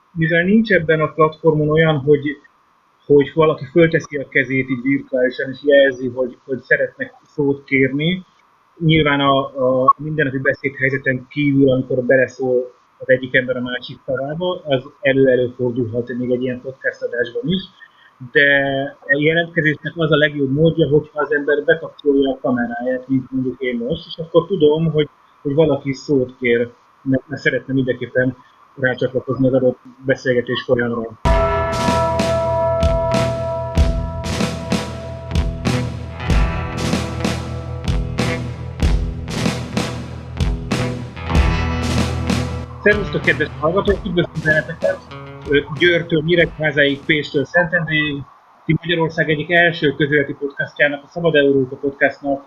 mivel nincs ebben a platformon olyan, hogy valaki fölteszi a kezét így virtuálisan, és jelzi, hogy szeretnek szót kérni, nyilván a mindennapi beszédhelyzeten kívül, amikor beleszól az egyik ember a másik szavába, az előfordulhat még egy ilyen podcast adásban is, de a jelentkezésnek az a legjobb módja, hogyha az ember bekapcsolja a kameráját, mint mondjuk én most, és akkor tudom, hogy valaki szót kér, mert szeretne mindenképpen rácsatlakozni az adott beszélgetés folyamra. Szervusztok, kedves hallgatók! Üdvözlünk benneteket! Győrtől Nyíregyházáig, Pécstől Szentendréig, Magyarország egyik első közéleti podcastjának, a Szabad Európa podcastnak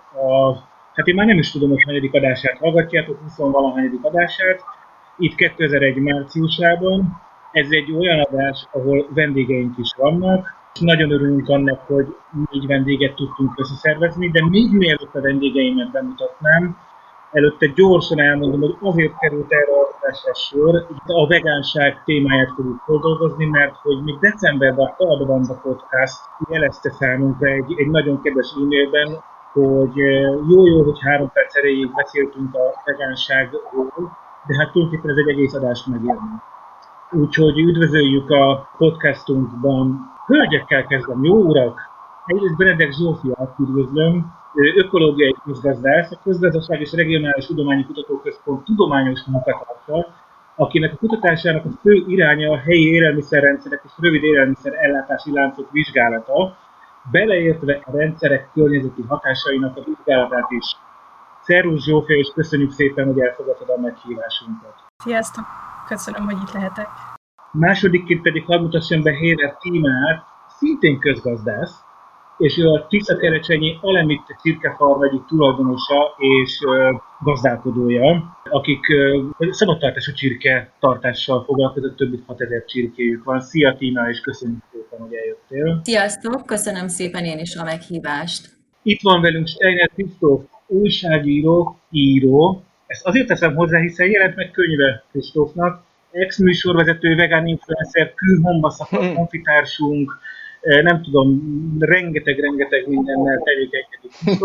hát én már nem is tudom, hogy hanyadik adását hallgatjátok, 20-valahanyadik adását, itt 2001 márciusában. Ez egy olyan adás, ahol vendégeink is vannak, és nagyon örülünk annak, hogy 4 vendéget tudtunk összeszervezni, de még mielőtt a vendégeimet bemutatnám, előtte gyorsan elmondom, hogy azért került erre a adásra sor, a vegánság témáját fogjuk feldolgozni, mert hogy még decemberben a Kaladabanda Podcast jelezte számunkra egy nagyon kedves e-mailben, hogy jó, hogy 3 perc erejéig beszéltünk a vegánságról, de hát tulajdonképpen ez egy egész adást megérni. Úgyhogy üdvözöljük a podcastunkban. Hölgyekkel kezdem, jó urak! Egyrészt Benedek Zsófiát üdvözlöm, ökológiai közgazdász, a Közgazdaság és Regionális Tudományi Kutatóközpont tudományos munkatársa, akinek a kutatásának a fő iránya a helyi élelmiszerrendszerek és rövid élelmiszer ellátási láncok vizsgálata, beleértve a rendszerek környezeti hatásainak a vizsgálatát is. Szervusz Zsófia, és köszönjük szépen, hogy elfogadtad a meghívásunkat. Sziasztok! Köszönöm, hogy itt lehetek. Másodikként pedig hadd mutassam be Héver Tímát, szintén közgazdász, és ő a Tiszakerecsenyi Alemitte Csirkefarm egyik tulajdonosa és gazdálkodója, akik szabadtartású csirke tartással foglalkozott, több mint 6000 csirkéjük van. Szia Tíma, és köszönjük szépen, hogy eljöttél. Sziasztok, köszönöm szépen én is a meghívást. Itt van velünk Steiner Kristóf, újságíró, író. Ezt azért teszem hozzá, hiszen jelent meg könyve Kristófnak. Ex-műsorvezető, vegán influencer, kőhomba szakadt honfitársunk, nem tudom, rengeteg mindennel tevékenykedik.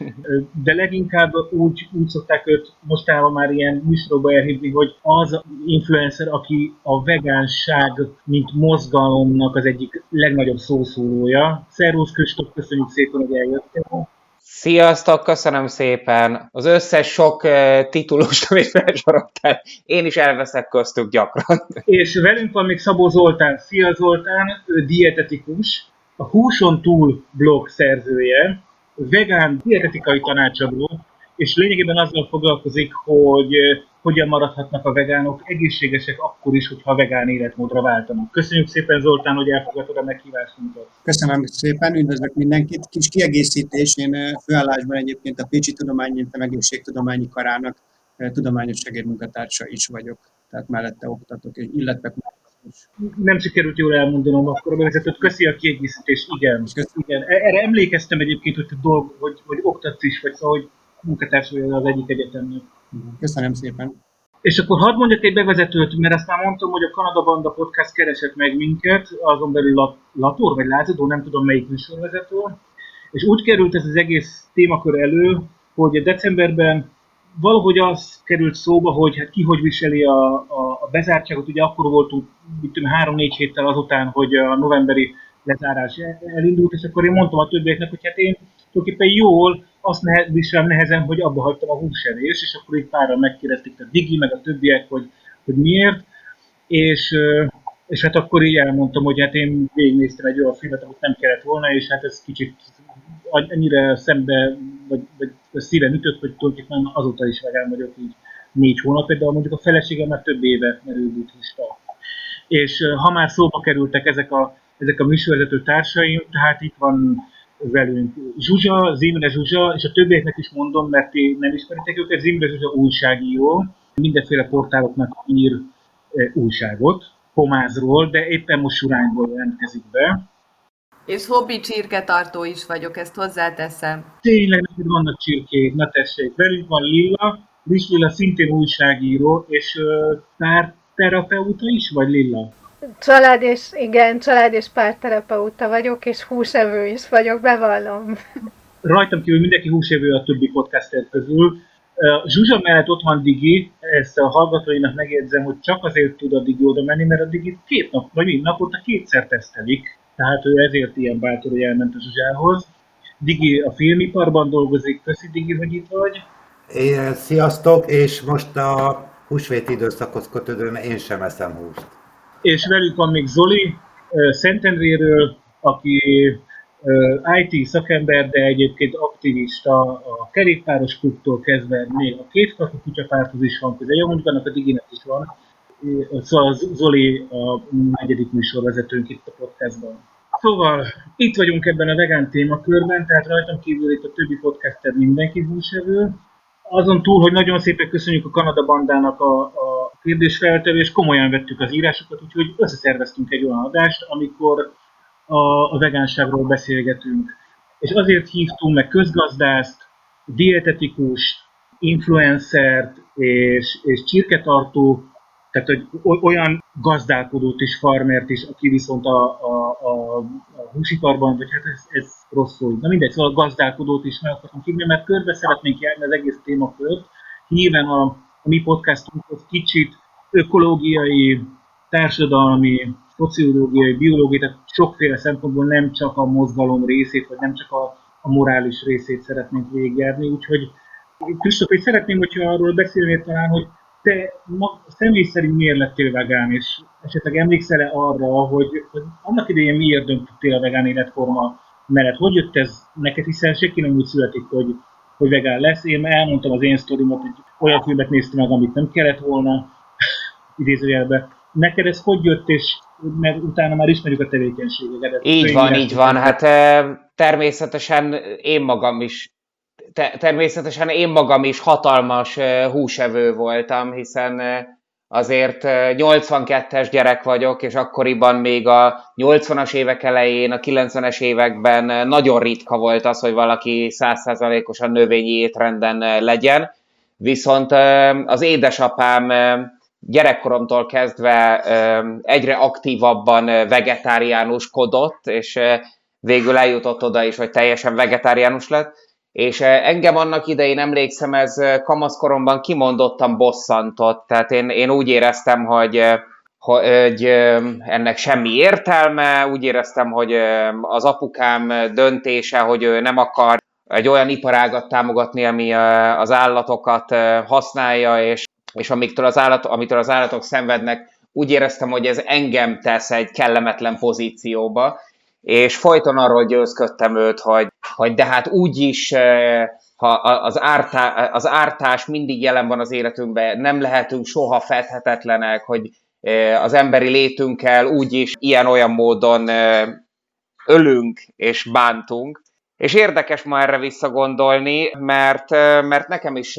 De leginkább úgy szokták őt mostában már ilyen műsorokba elhívni, hogy az influencer, aki a vegánság, mint mozgalomnak az egyik legnagyobb szószólója. Szervusz Kristóf, köszönjük szépen, hogy eljöttél. Sziasztok, köszönöm szépen. Az összes sok titulust, amit felsoroltál, én is elveszek köztük gyakran. És velünk van még Szabó Zoltán. Szia Zoltán, ő dietetikus, a Húson túl blog szerzője, vegán dietetikai tanácsadó, és lényegében azzal foglalkozik, hogy hogyan maradhatnak a vegánok egészségesek akkor is, hogyha vegán életmódra váltanak. Köszönjük szépen Zoltán, hogy elfogadtad a meghívásunkat. Köszönöm szépen, üdvözlök mindenkit. Kis kiegészítés, én főállásban egyébként a Pécsi Tudományegyetem Egészségtudományi Karának tudományos segédmunkatársa is vagyok, tehát mellette oktatok, illetve nem sikerült jól elmondanom akkor a bevezetőt. Köszi a kiegészítést, igen. Erre emlékeztem egyébként, hogy hogy oktatsz is, vagy szóval, hogy munkatársa az egyik egyetemnek. Köszönöm szépen. És akkor hadd mondjak egy bevezetőt, mert azt már mondtam, hogy a Kaladabanda Podcast keresett meg minket, azon belül Lator vagy Lázadó, nem tudom melyik műsorvezető, és úgy került ez az egész témakör elő, hogy decemberben valahogy az került szóba, hogy hát ki hogy viseli a bezártságot. Ugye akkor voltunk 3-4 héttel azután, hogy a novemberi lezárás elindult, és akkor én mondtam a többieknek, hogy hát én tulajdonképpen jól azt viselem nehezen, hogy abba hagytam a húsevést, és akkor itt páran megkérdezték a Digi, meg a többiek, hogy miért, és hát akkor így elmondtam, hogy hát én végignéztem egy olyan filmet, amit nem kellett volna, és hát ez kicsit annyira szembe, vagy szíven ütött, hogy tulajdonképpen azóta is vegán vagyok így 4 hónapja, de mondjuk a feleségem már több éve merőbútista. És ha már szóba kerültek ezek a műsorvezető társaim, tehát itt van velünk Zsuzsa, Zimre Zsuzsa, és a többieknek is mondom, mert ti nem ismeritek őket, Zimre Zsuzsa újságíró, mindenféle portáloknak ír újságot, Pomázról, de éppen most Surányból jelentkezik be. És hobbi csirketartó is vagyok, ezt hozzáteszem. Tényleg neked vannak csirkék, na tessék. Velünk van Lilla, Lilla szintén újságíró, és terapeuta is, vagy Lilla? család és párterapeuta vagyok, és húsevő is vagyok, bevallom. Rajtam kívül mindenki húsevő a többi podcaster közül. Zsuzsa mellett ott van Digi, ezt a hallgatóinak megjegyzem, hogy csak azért tud a Digi oda menni, mert a Digi 2 nap, vagy naponta 2-szer tesztelik, tehát ő ezért ilyen bátor, hogy elment a Zsuzsához. Digi a filmiparban dolgozik, köszi Digi, hogy itt vagy. Sziasztok, és most a húsvéti időszakhoz kötődően én sem eszem húst. És velük van még Zoli, Szentendréről, aki IT szakember, de egyébként aktivista a kerékpáros klubtól kezdve még a Két Kakú Kutyapárthoz is van köze. Jó, mondjuk annak a Diginek is van. Szóval Zoli a 4. műsorvezetőnk itt a podcastban. Szóval itt vagyunk ebben a vegán témakörben, tehát rajtam kívül itt a többi podcaster mindenki húsevő. Azon túl, hogy nagyon szépen köszönjük a Kanada bandának a kérdésfeltevést, komolyan vettük az írásokat, úgyhogy összeszerveztünk egy olyan adást, amikor a vegánságról beszélgetünk. És azért hívtunk meg közgazdászt, dietetikust, influencert és csirketartó, tehát hogy olyan gazdálkodót is, farmert is, aki viszont a húsiparban, vagy hát ez rossz szó. Na mindegy, szóval a gazdálkodót is meg akartam hívni, mert körbe szeretnénk járni az egész témakört. Nyilván a mi podcastunkhoz kicsit ökológiai, társadalmi, szociológiai, biológiai, tehát sokféle szempontból nem csak a mozgalom részét, vagy nem csak a morális részét szeretnénk végigjárni. Úgyhogy Kristóf, én szeretném, hogyha arról beszélnél talán, hogy te személy szerint miért lettél vegán, és esetleg emlékszel-e arra, hogy annak idején miért döntöttél a vegán életforma mellett? Hogy jött ez neked, hiszen senki nem úgy születik, hogy vegán lesz. Én elmondtam az én sztorimat, hogy olyan filmet néztem meg, amit nem kellett volna, idézőjelben. Neked ez hogy jött, és mert utána már ismerjük a tevékenységedet. Így van. Hát természetesen én magam is hatalmas húsevő voltam, hiszen azért 82-es gyerek vagyok, és akkoriban még a 80-as évek elején, a 90-es években nagyon ritka volt az, hogy valaki 100%-osan növényi étrenden legyen. Viszont az édesapám gyerekkoromtól kezdve egyre aktívabban vegetáriánuskodott, és végül eljutott oda is, hogy teljesen vegetáriánus lett. És engem annak idején, emlékszem, ez kamaszkoromban kimondottan bosszantott. Tehát én úgy éreztem, hogy ennek semmi értelme, úgy éreztem, hogy az apukám döntése, hogy ő nem akar egy olyan iparágat támogatni, ami az állatokat használja, és amitől az állatok szenvednek, úgy éreztem, hogy ez engem tesz egy kellemetlen pozícióba, és folyton arról győzködtem őt, hogy de hát úgyis, ha az ártás mindig jelen van az életünkben, nem lehetünk soha fedhetetlenek, hogy az emberi létünkkel úgyis ilyen-olyan módon ölünk és bántunk. És érdekes ma erre visszagondolni, mert nekem is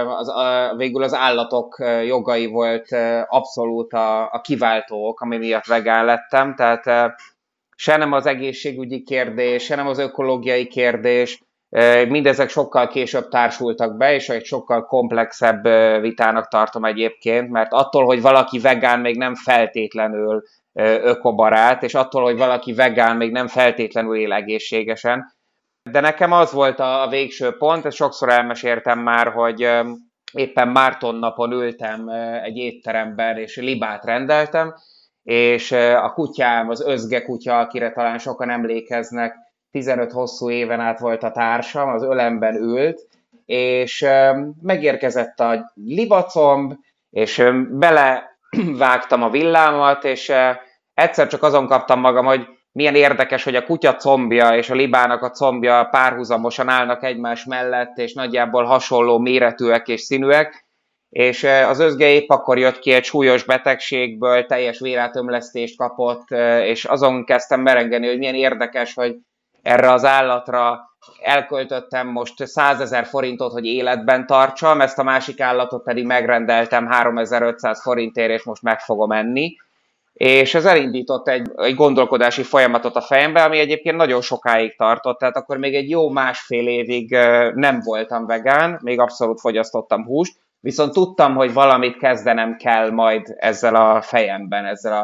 végül az állatok jogai volt abszolút a kiváltó ok, ami miatt vegán lettem. Tehát se nem az egészségügyi kérdés, se nem az ökológiai kérdés, mindezek sokkal később társultak be, és egy sokkal komplexebb vitának tartom egyébként, mert attól, hogy valaki vegán, még nem feltétlenül ökobarát, és attól, hogy valaki vegán, még nem feltétlenül él egészségesen. De nekem az volt a végső pont, ezt sokszor elmeséltem már, hogy éppen Márton napon ültem egy étteremben, és libát rendeltem, és a kutyám, az Özge kutya, akire talán sokan emlékeznek, 15 hosszú éven át volt a társam, az ölemben ült, és megérkezett a libacomb, és belevágtam a villámat, és egyszer csak azon kaptam magam, hogy milyen érdekes, hogy a kutya combja és a libának a combja párhuzamosan állnak egymás mellett, és nagyjából hasonló méretűek és színűek, és az Özge épp akkor jött ki egy súlyos betegségből, teljes vérátömlesztést kapott, és azon kezdtem merengeni, hogy milyen érdekes, hogy erre az állatra elköltöttem most 100 000 forintot, hogy életben tartsam, ezt a másik állatot pedig megrendeltem 3500 forintért, és most meg fogom enni. És ez elindított egy gondolkodási folyamatot a fejembe, ami egyébként nagyon sokáig tartott, tehát akkor még egy jó 1,5 évig nem voltam vegán, még abszolút fogyasztottam húst, viszont tudtam, hogy valamit kezdenem kell majd ezzel a fejemben, ezzel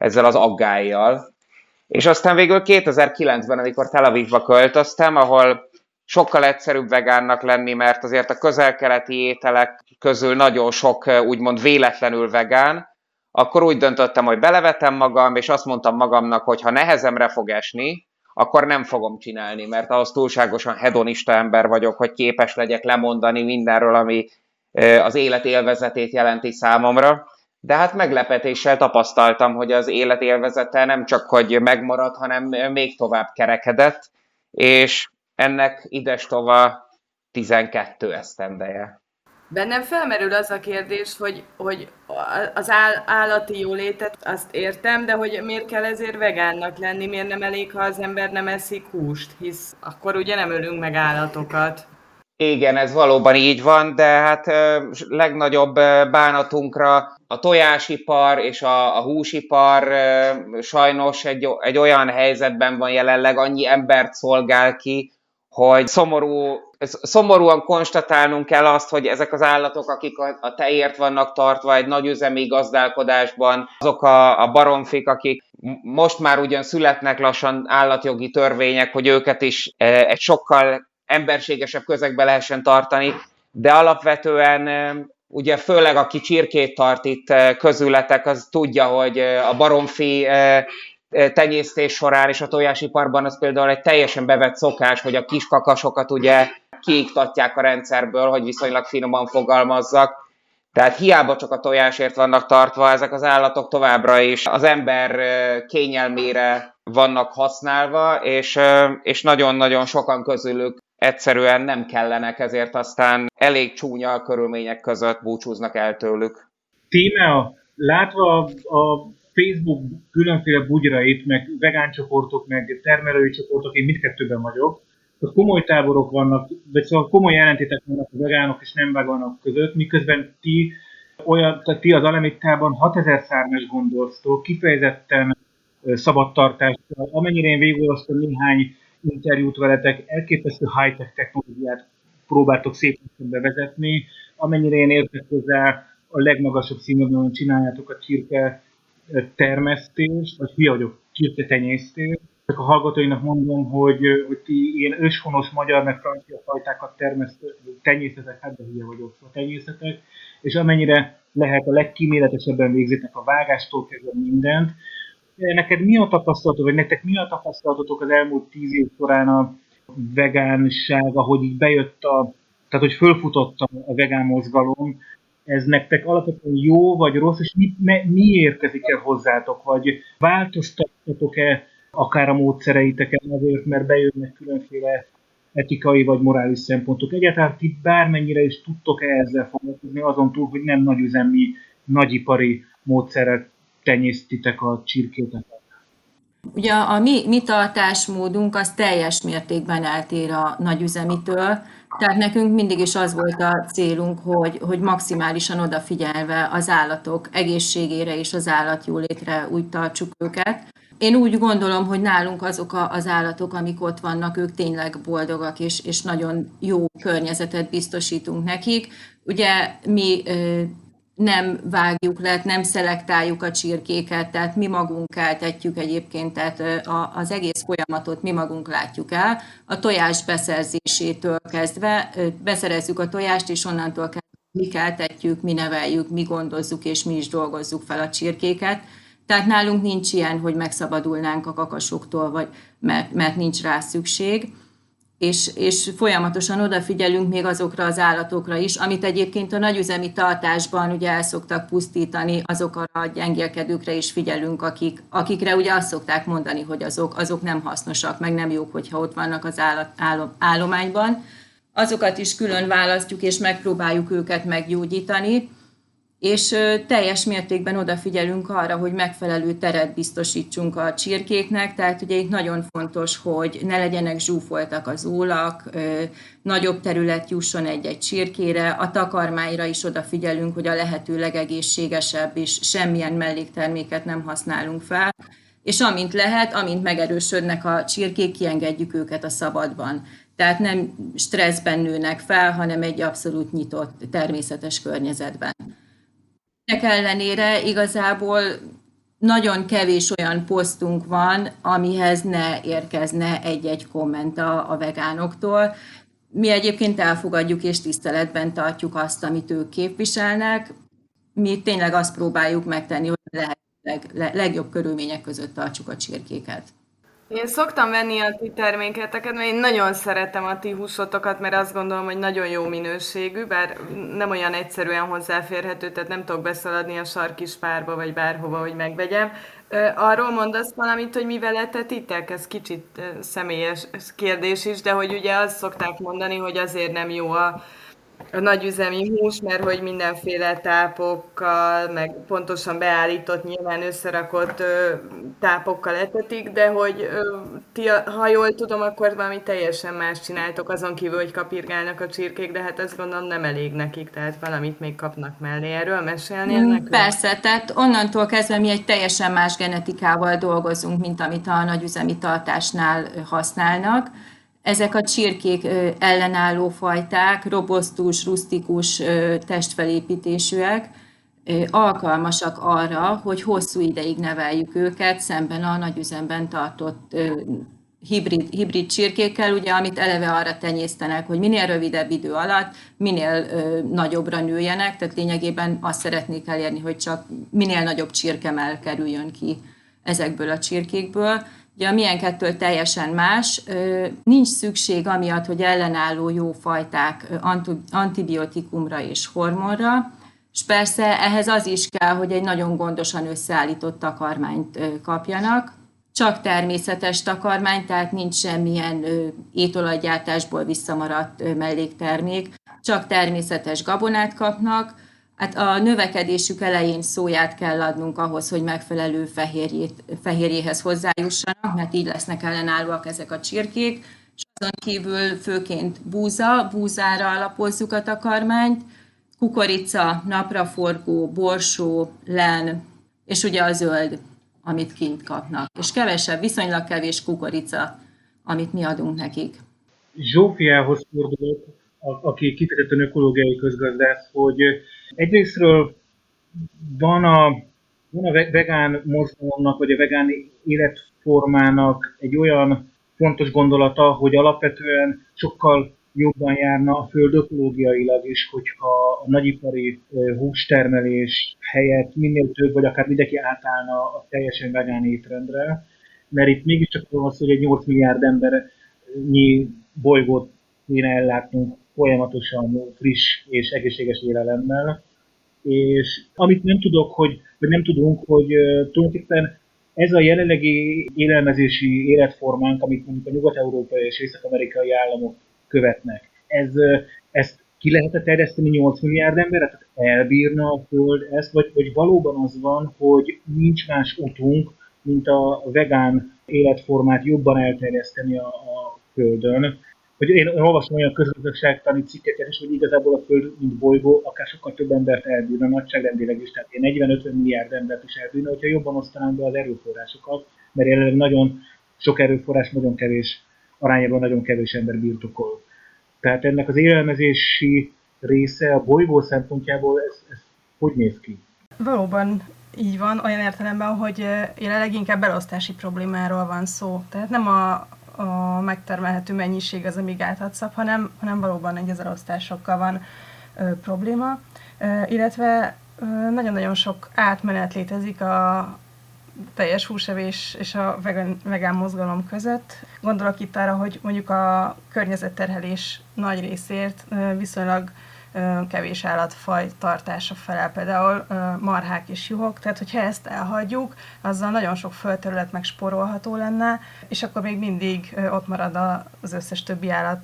ezzel az aggályjal. És aztán végül 2009-ben, amikor Tel Avivba költöztem, ahol sokkal egyszerűbb vegánnak lenni, mert azért a közel-keleti ételek közül nagyon sok úgymond véletlenül vegán, akkor úgy döntöttem, hogy belevetem magam, és azt mondtam magamnak, hogy ha nehezemre fog esni, akkor nem fogom csinálni, mert ahhoz túlságosan hedonista ember vagyok, hogy képes legyek lemondani mindenről, ami az élet élvezetét jelenti számomra. De hát meglepetéssel tapasztaltam, hogy az élet élvezete nem csak hogy megmarad, hanem még tovább kerekedett, és ennek idestova 12 esztendeje. Bennem felmerül az a kérdés, hogy az állati jólétet azt értem, de hogy miért kell ezért vegánnak lenni, miért nem elég, ha az ember nem eszik húst, hisz akkor ugye nem ölünk meg állatokat. Igen, ez valóban így van, de hát legnagyobb bánatunkra a tojásipar és a húsipar sajnos egy olyan helyzetben van jelenleg, annyi embert szolgál ki, hogy szomorúan konstatálnunk kell azt, hogy ezek az állatok, akik a tejért vannak tartva egy nagyüzemi gazdálkodásban, azok a baromfik, akik most már ugyan születnek lassan állatjogi törvények, hogy őket is egy sokkal emberségesebb közegbe lehessen tartani, de alapvetően ugye főleg aki csirkét tart itt közületek, az tudja, hogy a baromfi tenyésztés során és a tojásiparban az például egy teljesen bevett szokás, hogy a kiskakasokat ugye kiiktatják a rendszerből, hogy viszonylag finoman fogalmazzak. Tehát hiába csak a tojásért vannak tartva, ezek az állatok továbbra is az ember kényelmére vannak használva, és nagyon-nagyon sokan közülük egyszerűen nem kellenek, ezért aztán elég csúnya körülmények között búcsúznak el tőlük. Tímea, látva a Facebook különféle bugyrait, meg vegán csoportok, meg csoportok, én mindkettőben vagyok, hogy komoly táborok vannak, vagy szóval komoly ellentétek vannak a vegánok és nem vegánok között, miközben ti az Alemittában 6000 szárnyas gondoztok, kifejezetten szabadtartással. Amennyire én végigolvastam néhány interjút veletek, elképesztő high-tech technológiát próbáltok szépen bevezetni, amennyire én értek hozzá, a legmagasabb színvonalon csináljátok a csirke termesztést, vagy csirke tenyésztést. Csak a hallgatóinak mondom, hogy ti ilyen őshonos magyar, meg francia fajtákat tenyészetek, hát de hülye vagyok, szóval tenyészetek, és amennyire lehet a legkíméletesebben végzitek a vágástól kezdve mindent. Neked mi a tapasztalatod, vagy nektek mi a tapasztalatotok az elmúlt 10 év során a vegánság, ahogy így bejött tehát hogy fölfutott a vegán mozgalom, ez nektek alapvetően jó vagy rossz, és mi érkezik el hozzátok, vagy változtattatok-e akár a módszereiteken azért, mert bejönnek különféle etikai vagy morális szempontok. Egyáltalán ti bármennyire is tudtok-e ezzel foglalkozni, azon túl, hogy nem nagyüzemi, nagyipari módszerrel tenyésztitek a csirkéket? Ugye a mi tartásmódunk az teljes mértékben eltér a nagyüzemitől, tehát nekünk mindig is az volt a célunk, hogy maximálisan odafigyelve az állatok egészségére és az állatjólétre úgy tartsuk őket. Én úgy gondolom, hogy nálunk azok az állatok, amik ott vannak, ők tényleg boldogak, és nagyon jó környezetet biztosítunk nekik. Ugye mi nem vágjuk le, nem szelektáljuk a csirkéket, tehát mi magunk eltetjük egyébként, tehát az egész folyamatot mi magunk látjuk el. A tojás beszerzésétől kezdve beszerezzük a tojást, és onnantól kezdve mi keltetjük, mi neveljük, mi gondozzuk, és mi is dolgozzuk fel a csirkéket. Tehát nálunk nincs ilyen, hogy megszabadulnánk a kakasoktól, vagy mert nincs rá szükség. És folyamatosan odafigyelünk még azokra az állatokra is, amit egyébként a nagyüzemi tartásban ugye el szoktak pusztítani, azokra a gyengélkedőkre is figyelünk, akikre ugye azt szokták mondani, hogy azok nem hasznosak, meg nem jók, hogyha ott vannak az állományban. Azokat is külön választjuk, és megpróbáljuk őket meggyógyítani, és teljes mértékben odafigyelünk arra, hogy megfelelő teret biztosítsunk a csirkéknek, tehát ugye itt nagyon fontos, hogy ne legyenek zsúfoltak az ólak, nagyobb terület jusson egy-egy csirkére, a takarmányra is odafigyelünk, hogy a lehető legegészségesebb, és semmilyen mellékterméket nem használunk fel, és amint megerősödnek a csirkék, kiengedjük őket a szabadban. Tehát nem stresszben nőnek fel, hanem egy abszolút nyitott, természetes környezetben. Ennek ellenére igazából nagyon kevés olyan posztunk van, amihez ne érkezne egy-egy komment a vegánoktól. Mi egyébként elfogadjuk és tiszteletben tartjuk azt, amit ők képviselnek. Mi tényleg azt próbáljuk megtenni, hogy lehetőleg legjobb körülmények között tartsuk a csirkéket. Én szoktam venni a ti terméketeket, mert én nagyon szeretem a ti húsotokat, mert azt gondolom, hogy nagyon jó minőségű, bár nem olyan egyszerűen hozzáférhető, tehát nem tudok beszaladni a Sarkispárba, vagy bárhova, hogy megvegyem. Arról mondasz valamit, hogy mivel etetitek? Ez kicsit személyes kérdés is, de hogy ugye azt szokták mondani, hogy azért nem jó a nagyüzemi hús, mert hogy mindenféle tápokkal, meg pontosan beállított, nyilván összerakott tápokkal etetik, de hogy ti, ha jól tudom, akkor valami teljesen más csináltok, azon kívül, hogy kapirgálnak a csirkék, de hát ezt gondolom nem elég nekik, tehát valamit még kapnak mellé. Erről mesélnél nekünk? Persze, tehát onnantól kezdve mi egy teljesen más genetikával dolgozunk, mint amit a nagyüzemi tartásnál használnak. Ezek a csirkék ellenálló fajták, robosztus, rusztikus testfelépítésűek, alkalmasak arra, hogy hosszú ideig neveljük őket szemben a nagyüzemben tartott hibrid csirkékkel, ugye, amit eleve arra tenyésztenek, hogy minél rövidebb idő alatt, minél nagyobbra nőjenek, tehát lényegében azt szeretnék elérni, hogy csak minél nagyobb csirkemell kerüljön ki ezekből a csirkékből. Ugye a miénkettől teljesen más, nincs szükség amiatt, hogy ellenálló jó fajták antibiotikumra és hormonra, és persze ehhez az is kell, hogy egy nagyon gondosan összeállított takarmányt kapjanak, csak természetes takarmány, tehát nincs semmilyen étolajgyártásból visszamaradt melléktermék, csak természetes gabonát kapnak. Hát a növekedésük elején szóját kell adnunk ahhoz, hogy megfelelő fehérjéhez hozzájussanak, mert így lesznek ellenállóak ezek a csirkék, és azon kívül főként búzára alapozzuk a takarmányt, kukorica, napraforgó, borsó, len, és ugye a zöld, amit kint kapnak. És kevesebb, viszonylag kevés kukorica, amit mi adunk nekik. Zsófiához fordulok, aki kifejezetten ökológiai közgazdász, hogy egyrésztről van a vegán mozgalomnak, vagy a vegán életformának egy olyan fontos gondolata, hogy alapvetően sokkal jobban járna a föld ökológiailag is, hogyha a nagyipari hústermelés helyett minél több, vagy akár mindenki átállna a teljesen vegán étrendre, mert itt mégiscsak az, hogy egy 8 milliárd embernyi bolygót kéne ellátnunk folyamatosan friss és egészséges élelemmel. És amit nem tudok, vagy nem tudunk, hogy tulajdonképpen ez a jelenlegi élelmezési életformánk, amit mondjuk a nyugat-európai és észak-amerikai államok követnek, ezt ki lehet terjeszteni 8 milliárd emberre? Tehát elbírna a Föld ezt, vagy valóban az van, hogy nincs más utunk, mint a vegán életformát jobban elterjeszteni a Földön. Hogy én olvasom olyan közgazdaságtani cikkeket is, hogy igazából a Föld, mint bolygó, akár sokkal több embert elbírna, nagyságrendileg is, tehát 40-50 milliárd embert is elbírna, hogyha jobban osztanánk be az erőforrásokat, mert jelenleg nagyon sok erőforrás, nagyon kevés arányában nagyon kevés ember birtokol. Tehát ennek az élelmezési része a bolygó szempontjából ez hogy néz ki? Valóban így van, olyan értelemben, hogy jelenleg inkább elosztási problémáról van szó. Tehát nem a megtermelhető mennyiség az, ami gátat szab, hanem valóban egy az elosztásokkal van probléma. Illetve nagyon-nagyon sok átmenet létezik a teljes húsevés és a vegán mozgalom között. Gondolok itt arra, hogy mondjuk a környezetterhelés nagy részért viszonylag kevés állatfaj tartása felel, például marhák és juhok, tehát hogyha ezt elhagyjuk, azzal nagyon sok földterület megspórolható lenne, és akkor még mindig ott marad az összes többi állat,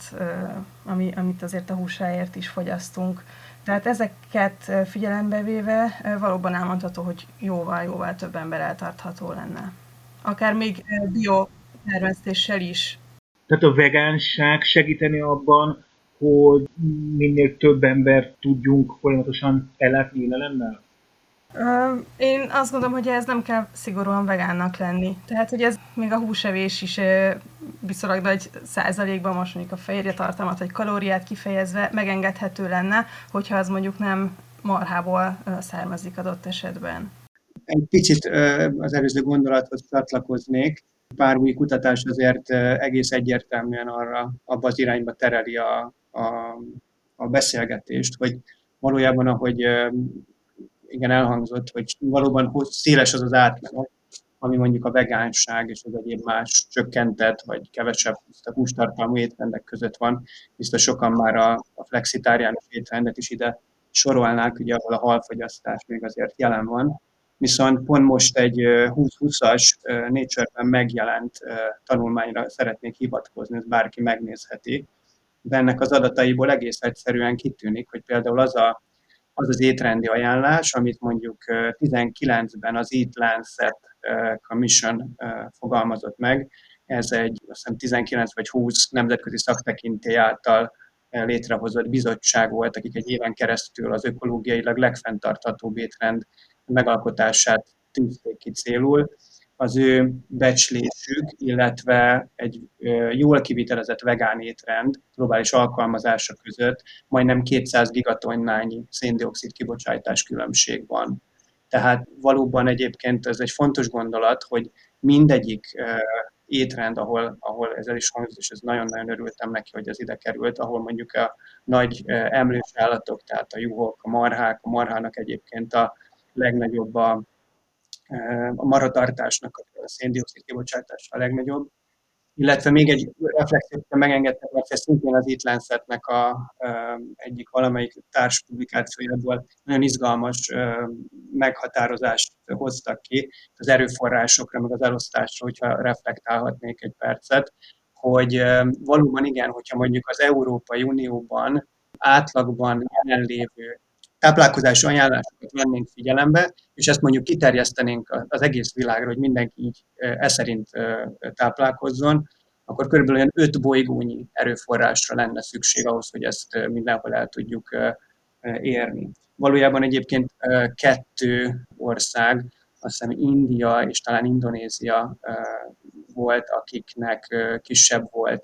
amit azért a húsáért is fogyasztunk. Tehát ezeket figyelembe véve valóban elmondható, hogy jóval több ember eltartható lenne. Akár még biotermesztéssel is. Tehát a vegánság segíteni abban, hogy minél több embert tudjunk folyamatosan ellátni élelemmel? Én azt gondolom, hogy ez nem kell szigorúan vegánnak lenni. Tehát, hogy ez még a húsevés is viszonylag nagy százalékban, most mondjuk a fehérjetartalmat vagy kalóriát kifejezve megengedhető lenne, hogyha az mondjuk nem marhából származik adott esetben. Egy picit az előző gondolathoz csatlakoznék. Pár új kutatás azért egész egyértelműen abba az irányba tereli a beszélgetést, hogy valójában, ahogy igen elhangzott, hogy valóban széles az átmenet, ami mondjuk a vegánság és az egyéb más csökkentett vagy kevesebb hústartalmú étrendek között van. Biztos sokan már a flexitáriánus étrendet is ide sorolnák, ugye, ahol a halfogyasztás még azért jelen van. Viszont pont most egy 2020-as Nature-ben megjelent tanulmányra szeretnék hivatkozni, ezt bárki megnézheti. De ennek az adataiból egész egyszerűen kitűnik, hogy például az az étrendi ajánlás, amit mondjuk 19-ben az Eat Lancet Commission fogalmazott meg, ez egy azt hiszem 19 vagy 20 nemzetközi szaktekintély által létrehozott bizottság volt, akik egy éven keresztül az ökológiailag legfenntarthatóbb étrend megalkotását tűzték ki célul. Az ő becslésük, illetve egy jól kivitelezett vegán étrend globális alkalmazása között majdnem 200 gigatonnányi szén-dioxid kibocsátás különbség van. Tehát valóban egyébként ez egy fontos gondolat, hogy mindegyik étrend, ahol ezzel is hangzott, és ez nagyon-nagyon örültem neki, hogy ez ide került, ahol mondjuk a nagy emlős állatok, tehát a juhok, a marhák, a marhának egyébként a legnagyobb a marhatartásnak a szén-dioxid kibocsátása a legnagyobb. Illetve még egy reflexiót megengedtem, mert ez szintén az Eat Lancetnek egyik valamelyik társpublikációjából nagyon izgalmas meghatározást hoztak ki az erőforrásokra, meg az elosztásra, hogyha reflektálhatnék egy percet, hogy valóban igen, hogyha mondjuk az Európai Unióban átlagban jelenlévő táplálkozási ajánlásokat vennénk figyelembe, és ezt mondjuk kiterjesztenénk az egész világra, hogy mindenki így szerint táplálkozzon, akkor körülbelül olyan 5 bolygónyi erőforrásra lenne szükség ahhoz, hogy ezt mindenhol el tudjuk érni. Valójában egyébként 2 ország, azt hiszem India és talán Indonézia volt, akiknek kisebb volt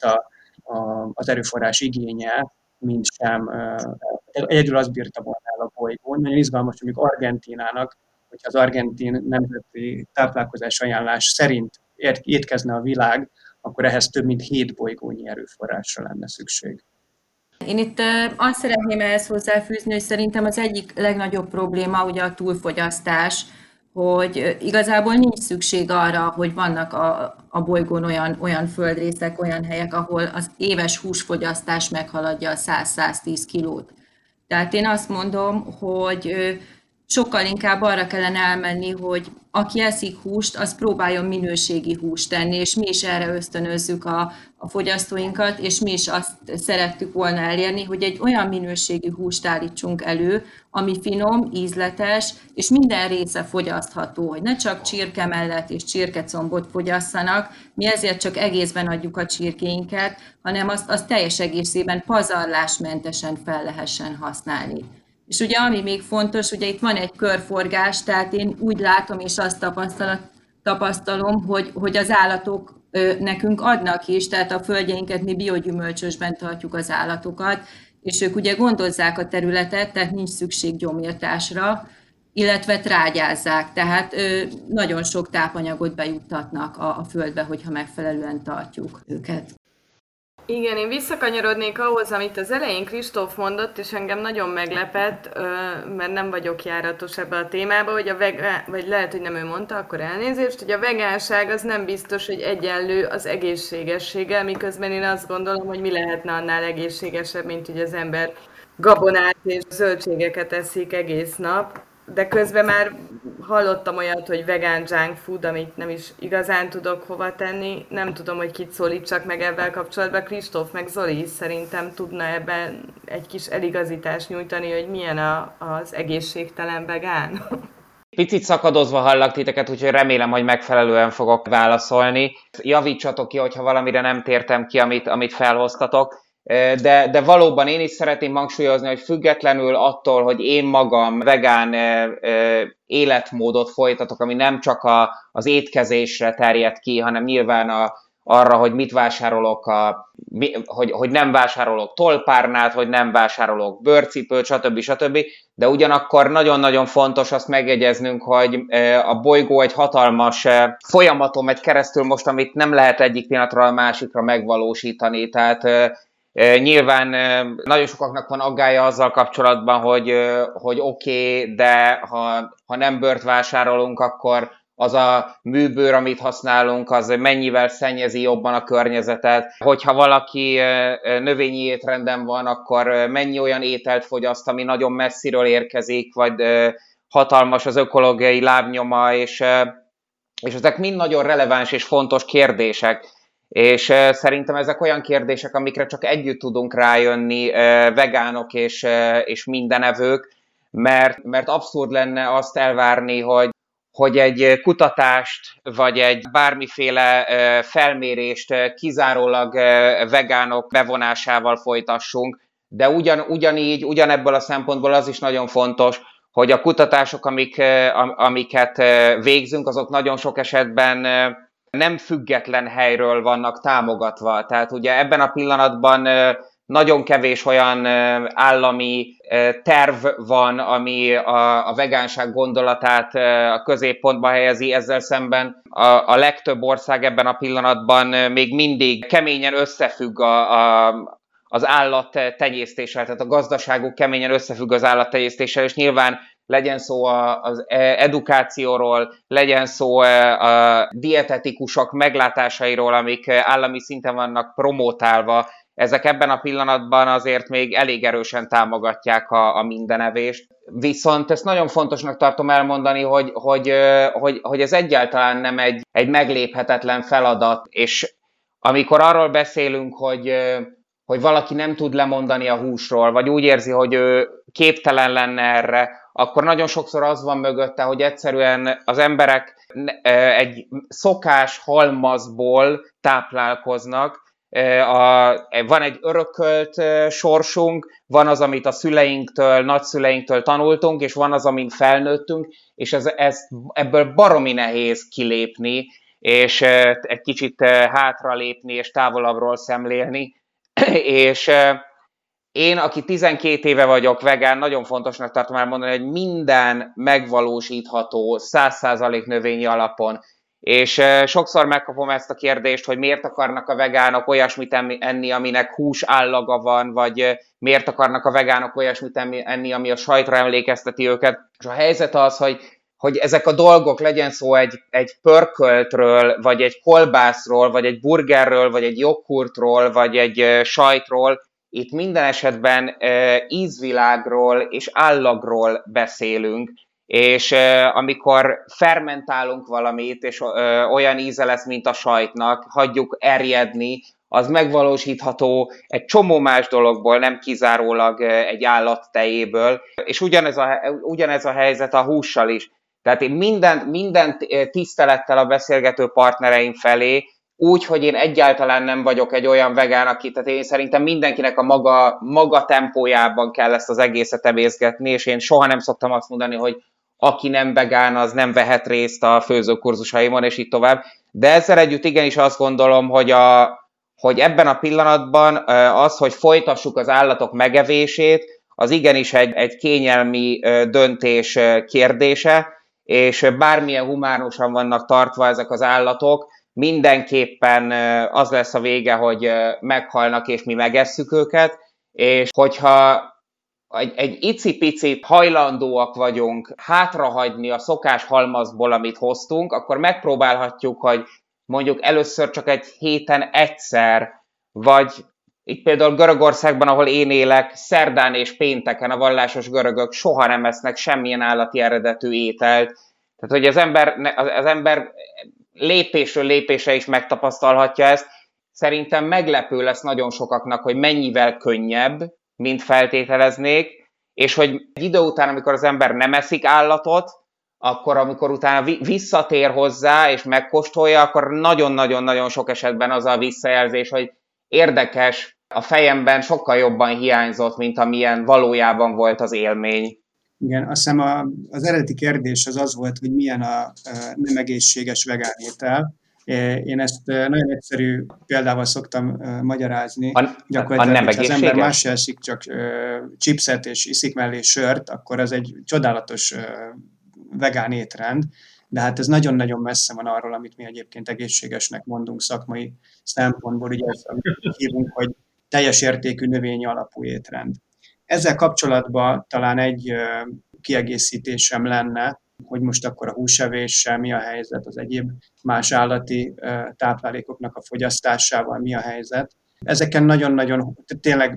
az erőforrás igénye, mint sem. Egyedül az bírta volna el a bolygón. Nagyon izgalmas, hogy Argentínának, hogyha az argentin nemzeti táplálkozás ajánlás szerint étkezne a világ, akkor ehhez több mint 7 bolygónyi erőforrásra lenne szükség. Én itt azt szeretném ehhez hozzáfűzni, hogy szerintem az egyik legnagyobb probléma ugye a túlfogyasztás, hogy igazából nincs szükség arra, hogy vannak a bolygón olyan földrészek, olyan helyek, ahol az éves húsfogyasztás meghaladja a 100-110 kilót. Tehát én azt mondom, hogy sokkal inkább arra kellene elmenni, hogy aki eszik húst, az próbáljon minőségi húst tenni, és mi is erre ösztönözzük a fogyasztóinkat, és mi is azt szerettük volna elérni, hogy egy olyan minőségű húst állítsunk elő, ami finom, ízletes, és minden része fogyasztható, hogy ne csak csirke mellett és csirkecombot fogyasszanak, mi ezért csak egészben adjuk a csirkéinket, hanem azt teljes egészében pazarlásmentesen fel lehessen használni. És ugye ami még fontos, ugye itt van egy körforgás, tehát én úgy látom és azt tapasztalom, hogy az állatok nekünk adnak is, tehát a földjeinket mi biogyümölcsösben tartjuk az állatokat, és ők ugye gondozzák a területet, tehát nincs szükség gyomírtásra, illetve trágyázzák, tehát nagyon sok tápanyagot bejuttatnak a földbe, hogyha megfelelően tartjuk őket. Igen, én visszakanyarodnék ahhoz, amit az elején Kristóf mondott, és engem nagyon meglepett, mert nem vagyok járatos ebbe a témába, hogy vagy lehet, hogy nem ő mondta, akkor elnézést, hogy a vegánság az nem biztos, hogy egyenlő az egészségességgel, miközben én azt gondolom, hogy mi lehetne annál egészségesebb, mint hogy az ember gabonát és zöldségeket eszik egész nap. De közben már hallottam olyat, hogy vegán junk food, amit nem is igazán tudok hova tenni. Nem tudom, hogy kit szólítsak meg ebben kapcsolatban. Kristóf meg Zoli is szerintem tudna ebben egy kis eligazítást nyújtani, hogy milyen az egészségtelen vegán. Picit szakadozva hallak titeket, úgyhogy remélem, hogy megfelelően fogok válaszolni. Javítsatok ki, hogyha valamire nem tértem ki, amit felhoztatok. De valóban én is szeretném hangsúlyozni, hogy függetlenül attól, hogy én magam vegán életmódot folytatok, ami nem csak az étkezésre terjed ki, hanem nyilván arra, hogy mit vásárolok, hogy nem vásárolok tollpárnát, hogy nem vásárolok bőrcipőt, stb. De ugyanakkor nagyon-nagyon fontos azt megjegyeznünk, hogy a bolygó egy hatalmas folyamaton megy keresztül most, amit nem lehet egyik pillanatról a másikra megvalósítani. Tehát nyilván nagyon sokaknak van aggálya azzal kapcsolatban, hogy oké, de ha nem bőrt vásárolunk, akkor az a műbőr, amit használunk, az mennyivel szennyezi jobban a környezetet. Hogyha valaki növényi étrenden van, akkor mennyi olyan ételt fogyaszt, ami nagyon messziről érkezik, vagy hatalmas az ökológiai lábnyoma, és ezek mind nagyon releváns és fontos kérdések. És szerintem ezek olyan kérdések, amikre csak együtt tudunk rájönni vegánok és mindenevők, mert abszurd lenne azt elvárni, hogy egy kutatást, vagy egy bármiféle felmérést kizárólag vegánok bevonásával folytassunk, de ugyanebből a szempontból az is nagyon fontos, hogy a kutatások, amiket végzünk, azok nagyon sok esetben nem független helyről vannak támogatva. Tehát ugye ebben a pillanatban nagyon kevés olyan állami terv van, ami a vegánság gondolatát a középpontba helyezi, ezzel szemben a legtöbb ország ebben a pillanatban még mindig keményen összefügg az állattenyésztéssel, tehát a gazdaságuk keményen összefügg az állattenyésztéssel, és nyilván legyen szó az edukációról, legyen szó a dietetikusok meglátásairól, amik állami szinten vannak promótálva, ezek ebben a pillanatban azért még elég erősen támogatják a mindenevést. Viszont ezt nagyon fontosnak tartom elmondani, hogy ez egyáltalán nem egy megléphetetlen feladat, és amikor arról beszélünk, hogy valaki nem tud lemondani a húsról, vagy úgy érzi, hogy ő képtelen lenne erre, akkor nagyon sokszor az van mögötte, hogy egyszerűen az emberek egy szokás halmazból táplálkoznak. Van egy örökölt sorsunk, van az, amit a szüleinktől, nagyszüleinktől tanultunk, és van az, amin felnőttünk, és ebből baromi nehéz kilépni, és egy kicsit hátralépni, és távolabbról szemlélni. És én, aki 12 éve vagyok vegán, nagyon fontosnak tartom elmondani, hogy minden megvalósítható 100% növényi alapon. És sokszor megkapom ezt a kérdést, hogy miért akarnak a vegánok olyasmit enni, aminek hús állaga van, vagy miért akarnak a vegánok olyasmit enni, ami a sajtra emlékezteti őket. És a helyzet az, hogy ezek a dolgok, legyen szó egy pörköltről, vagy egy kolbászról, vagy egy burgerről, vagy egy joghurtról, vagy egy sajtról, itt minden esetben ízvilágról és állagról beszélünk, és amikor fermentálunk valamit, és olyan íze lesz, mint a sajtnak, hagyjuk erjedni, az megvalósítható egy csomó más dologból, nem kizárólag egy állat tejéből, és ugyanez a helyzet a hússal is. Tehát én minden tisztelettel a beszélgető partnereim felé, úgy, hogy én egyáltalán nem vagyok egy olyan vegán, tehát én szerintem mindenkinek a maga tempójában kell ezt az egészet emészgetni, és én soha nem szoktam azt mondani, hogy aki nem vegán, az nem vehet részt a főzőkurzusaimon, és így tovább. De ezzel együtt igenis azt gondolom, hogy ebben a pillanatban az, hogy folytassuk az állatok megevését, az igenis egy kényelmi döntés kérdése, és bármilyen humánusan vannak tartva ezek az állatok, mindenképpen az lesz a vége, hogy meghalnak, és mi megesszük őket, és hogyha egy icipicit hajlandóak vagyunk hátrahagyni a szokás halmazból, amit hoztunk, akkor megpróbálhatjuk, hogy mondjuk először csak egy héten egyszer, vagy itt például Görögországban, ahol én élek, szerdán és pénteken a vallásos görögök soha nem esznek semmilyen állati eredetű ételt. Tehát, hogy az ember lépésről lépésre is megtapasztalhatja ezt. Szerintem meglepő lesz nagyon sokaknak, hogy mennyivel könnyebb, mint feltételeznék, és hogy egy idő után, amikor az ember nem eszik állatot, akkor amikor utána visszatér hozzá és megkóstolja, akkor nagyon-nagyon-nagyon sok esetben az a visszajelzés, hogy érdekes, a fejemben sokkal jobban hiányzott, mint amilyen valójában volt az élmény. Igen, azt hiszem az eredeti kérdés az volt, hogy milyen a nem egészséges vegán étel. Én ezt nagyon egyszerű példával szoktam magyarázni. A Gyakorlatilag, nem hogyha az ember egészséges? másra eszik csak chipset és iszik mellé sört, akkor az egy csodálatos vegán étrend, de hát ez nagyon-nagyon messze van arról, amit mi egyébként egészségesnek mondunk szakmai szempontból, ugye ezt, amit hívunk, hogy teljes értékű növényi alapú étrend. Ezzel kapcsolatban talán egy kiegészítésem lenne, hogy most akkor a húsevéssel mi a helyzet, az egyéb más állati táplálékoknak a fogyasztásával mi a helyzet. Ezeken nagyon-nagyon, tényleg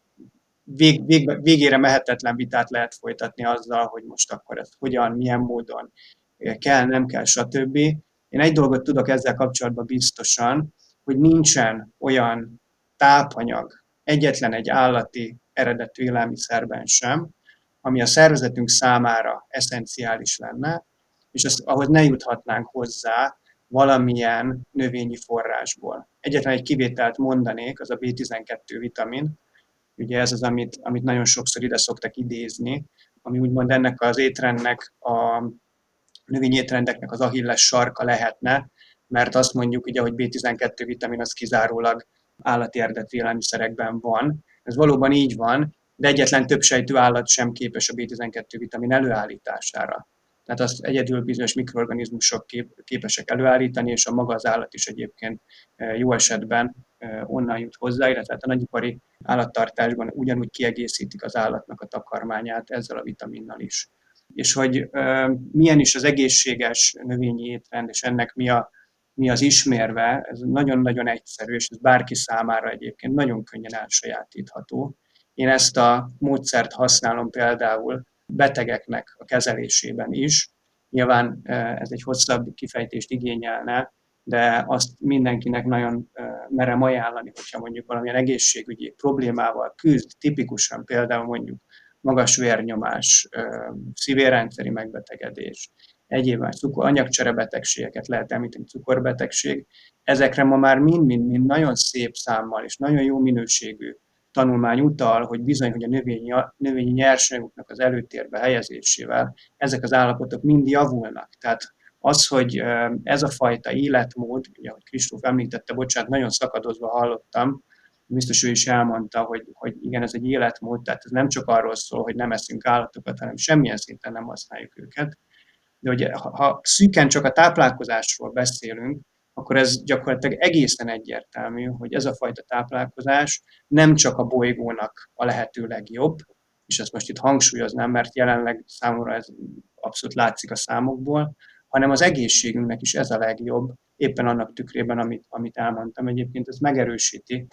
végére mehetetlen vitát lehet folytatni azzal, hogy most akkor ez hogyan, milyen módon kell, nem kell, stb. Én egy dolgot tudok ezzel kapcsolatban biztosan, hogy nincsen olyan tápanyag egyetlen egy állati eredetű élelmiszerben sem, ami a szervezetünk számára eszenciális lenne, és ahhoz ne juthatnánk hozzá valamilyen növényi forrásból. Egyetlen egy kivételt mondanék, az a B12 vitamin. Ugye ez az, amit nagyon sokszor ide szoktak idézni, ami úgymond ennek az étrendnek, a növényi étrendeknek az Achilles sarka lehetne, mert azt mondjuk, ugye, hogy B12 vitamin az kizárólag állati eredetű élelmiszerekben van. Ez valóban így van, de egyetlen többsejtű állat sem képes a B12 vitamin előállítására. Tehát azt egyedül bizonyos mikroorganizmusok képesek előállítani, és a maga az állat is egyébként jó esetben onnan jut hozzá, illetve a nagyipari állattartásban ugyanúgy kiegészítik az állatnak a takarmányát ezzel a vitaminnal is. És hogy milyen is az egészséges növényi étrend, és ennek mi az ismérve, ez nagyon-nagyon egyszerű, és ez bárki számára egyébként nagyon könnyen elsajátítható. Én ezt a módszert használom például betegeknek a kezelésében is. Nyilván ez egy hosszabb kifejtést igényelne, de azt mindenkinek nagyon merem ajánlani, hogyha mondjuk valamilyen egészségügyi problémával küzd, tipikusan például mondjuk magas vérnyomás, szívérrendszeri megbetegedés, egyéb más anyagcserebetegségeket lehet említeni, cukorbetegség. Ezekre ma már mind-mind nagyon szép számmal és nagyon jó minőségű tanulmány utal, hogy bizony, hogy a növényi nyersanyagoknak az előtérbe helyezésével ezek az állapotok mind javulnak. Tehát az, hogy ez a fajta életmód, ugye, ahogy Kristóf említette, bocsánat, nagyon szakadozva hallottam, biztos ő is elmondta, hogy igen, ez egy életmód, tehát ez nem csak arról szól, hogy nem eszünk állatokat, hanem semmilyen szinten nem használjuk őket. De ugye, ha szűken csak a táplálkozásról beszélünk, akkor ez gyakorlatilag egészen egyértelmű, hogy ez a fajta táplálkozás nem csak a bolygónak a lehető legjobb, és ezt most itt hangsúlyoznám, mert jelenleg számomra ez abszolút látszik a számokból, hanem az egészségünknek is ez a legjobb, éppen annak tükrében, amit elmondtam. Egyébként ez megerősíti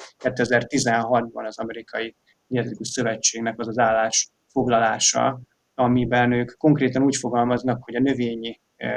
2016-ban az Amerikai Dietetikus Szövetségnek az állásfoglalása, amiben ők konkrétan úgy fogalmaznak, hogy a növényi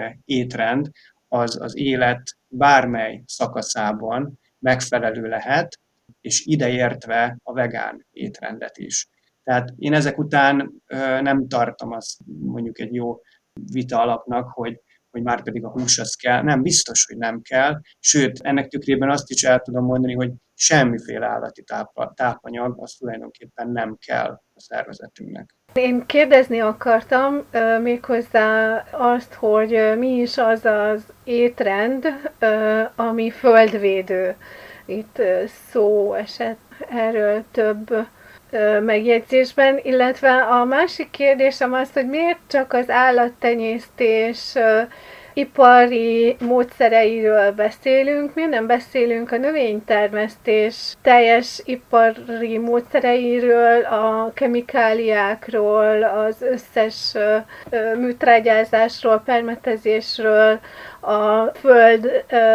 étrend az élet bármely szakaszában megfelelő lehet, és ideértve a vegán étrendet is. Tehát én ezek után nem tartom azt mondjuk egy jó vita alapnak, hogy már pedig a hús az kell. Nem, biztos, hogy nem kell. Sőt, ennek tükrében azt is el tudom mondani, hogy semmiféle állati tápanyag az tulajdonképpen nem kell a szervezetünknek. Én kérdezni akartam méghozzá azt, hogy mi is az az étrend, ami földvédő. Itt szó esett erről több megjegyzésben, illetve a másik kérdésem az, hogy miért csak az állattenyésztés ipari módszereiről beszélünk, miért nem beszélünk a növénytermesztés teljes ipari módszereiről, a kemikáliákról, az összes műtrágyázásról, permetezésről, a föld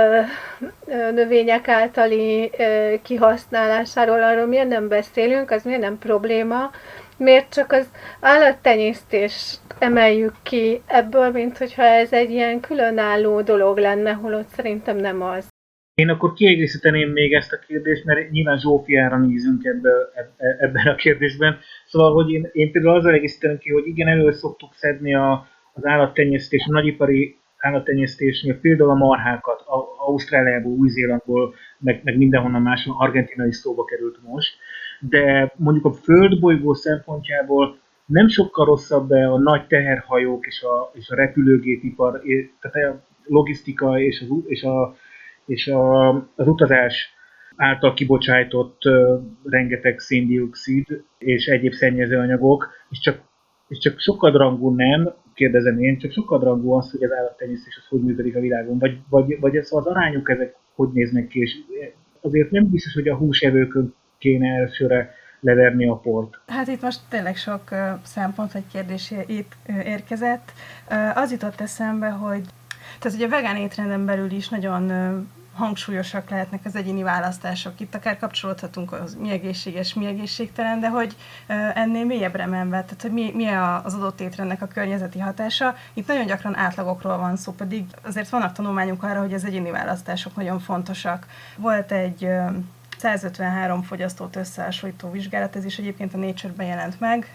növények általi kihasználásáról, arról miért nem beszélünk, az miért nem probléma, miért csak az állattenyésztést emeljük ki ebből, mint hogyha ez egy ilyen különálló dolog lenne, holott szerintem nem az. Én akkor kiegészíteném még ezt a kérdést, mert nyilván Zsófiára nézünk ebben a kérdésben. Szóval, hogy én például azzal egészíteném ki, hogy igen, elő szoktuk szedni az állattenyésztés, a nagyipari állattenyésztésnél például a marhákat, Ausztráliából, Új-Zélandból, meg mindenhonnan máshol, Argentina is szóba került most. De mondjuk a földbolygó szempontjából nem sokkal rosszabb a nagy teherhajók és a repülőgépipar, tehát a logisztika és és az utazás által kibocsájtott rengeteg széndioxid és egyéb szennyezőanyagok, és csak sokadrangú nem, kérdezem én, csak sokadrangú az, hogy az állattenyésztés az hogy működik a világon, vagy ez az arányok ezek hogy néznek ki, és azért nem biztos, hogy a húsevőkön kéne elsőre leverni a port. Hát itt most tényleg sok szempont vagy kérdés itt érkezett. Az jutott eszembe, hogy a vegán étrenden belül is nagyon hangsúlyosak lehetnek az egyéni választások. Itt akár kapcsolódhatunk az mi egészséges, mi egészségtelen, de hogy ennél mélyebbre menve, tehát hogy mi az adott étrendnek a környezeti hatása. Itt nagyon gyakran átlagokról van szó, pedig azért vannak tanulmányok arra, hogy az egyéni választások nagyon fontosak. Volt egy 153 fogyasztót összehasonlító vizsgálat, ez is egyébként a Nature-ben jelent meg,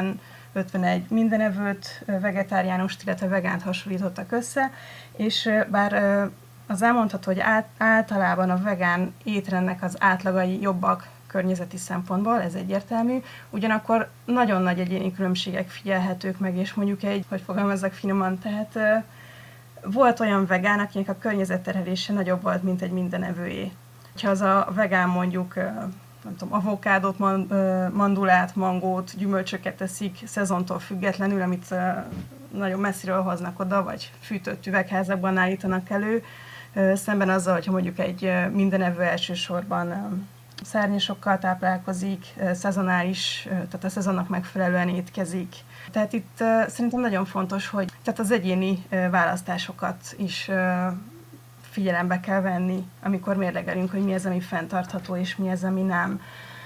51 mindenevőt, vegetáriánust, illetve vegánt hasonlítottak össze, és bár az elmondható, hogy általában a vegán étrendnek az átlagai jobbak környezeti szempontból, ez egyértelmű, ugyanakkor nagyon nagy egyéni különbségek figyelhetők meg, és mondjuk hogy fogalmazzak finoman, tehát volt olyan vegán, akinek a környezetterhelése nagyobb volt, mint egy mindenevőé. Ha az a vegán mondjuk, nem tudom, avokádót, mandulát, mangót, gyümölcsöket eszik szezontól függetlenül, amit nagyon messziről hoznak oda, vagy fűtött üvegházakban állítanak elő, szemben azzal, hogyha mondjuk egy mindenevő elsősorban szárnyasokkal táplálkozik, szezonális, tehát a szezonnak megfelelően étkezik. Tehát itt szerintem nagyon fontos, hogy tehát az egyéni választásokat is figyelembe kell venni, amikor mérlegelünk, hogy mi az, ami fenntartható, és mi az, ami nem.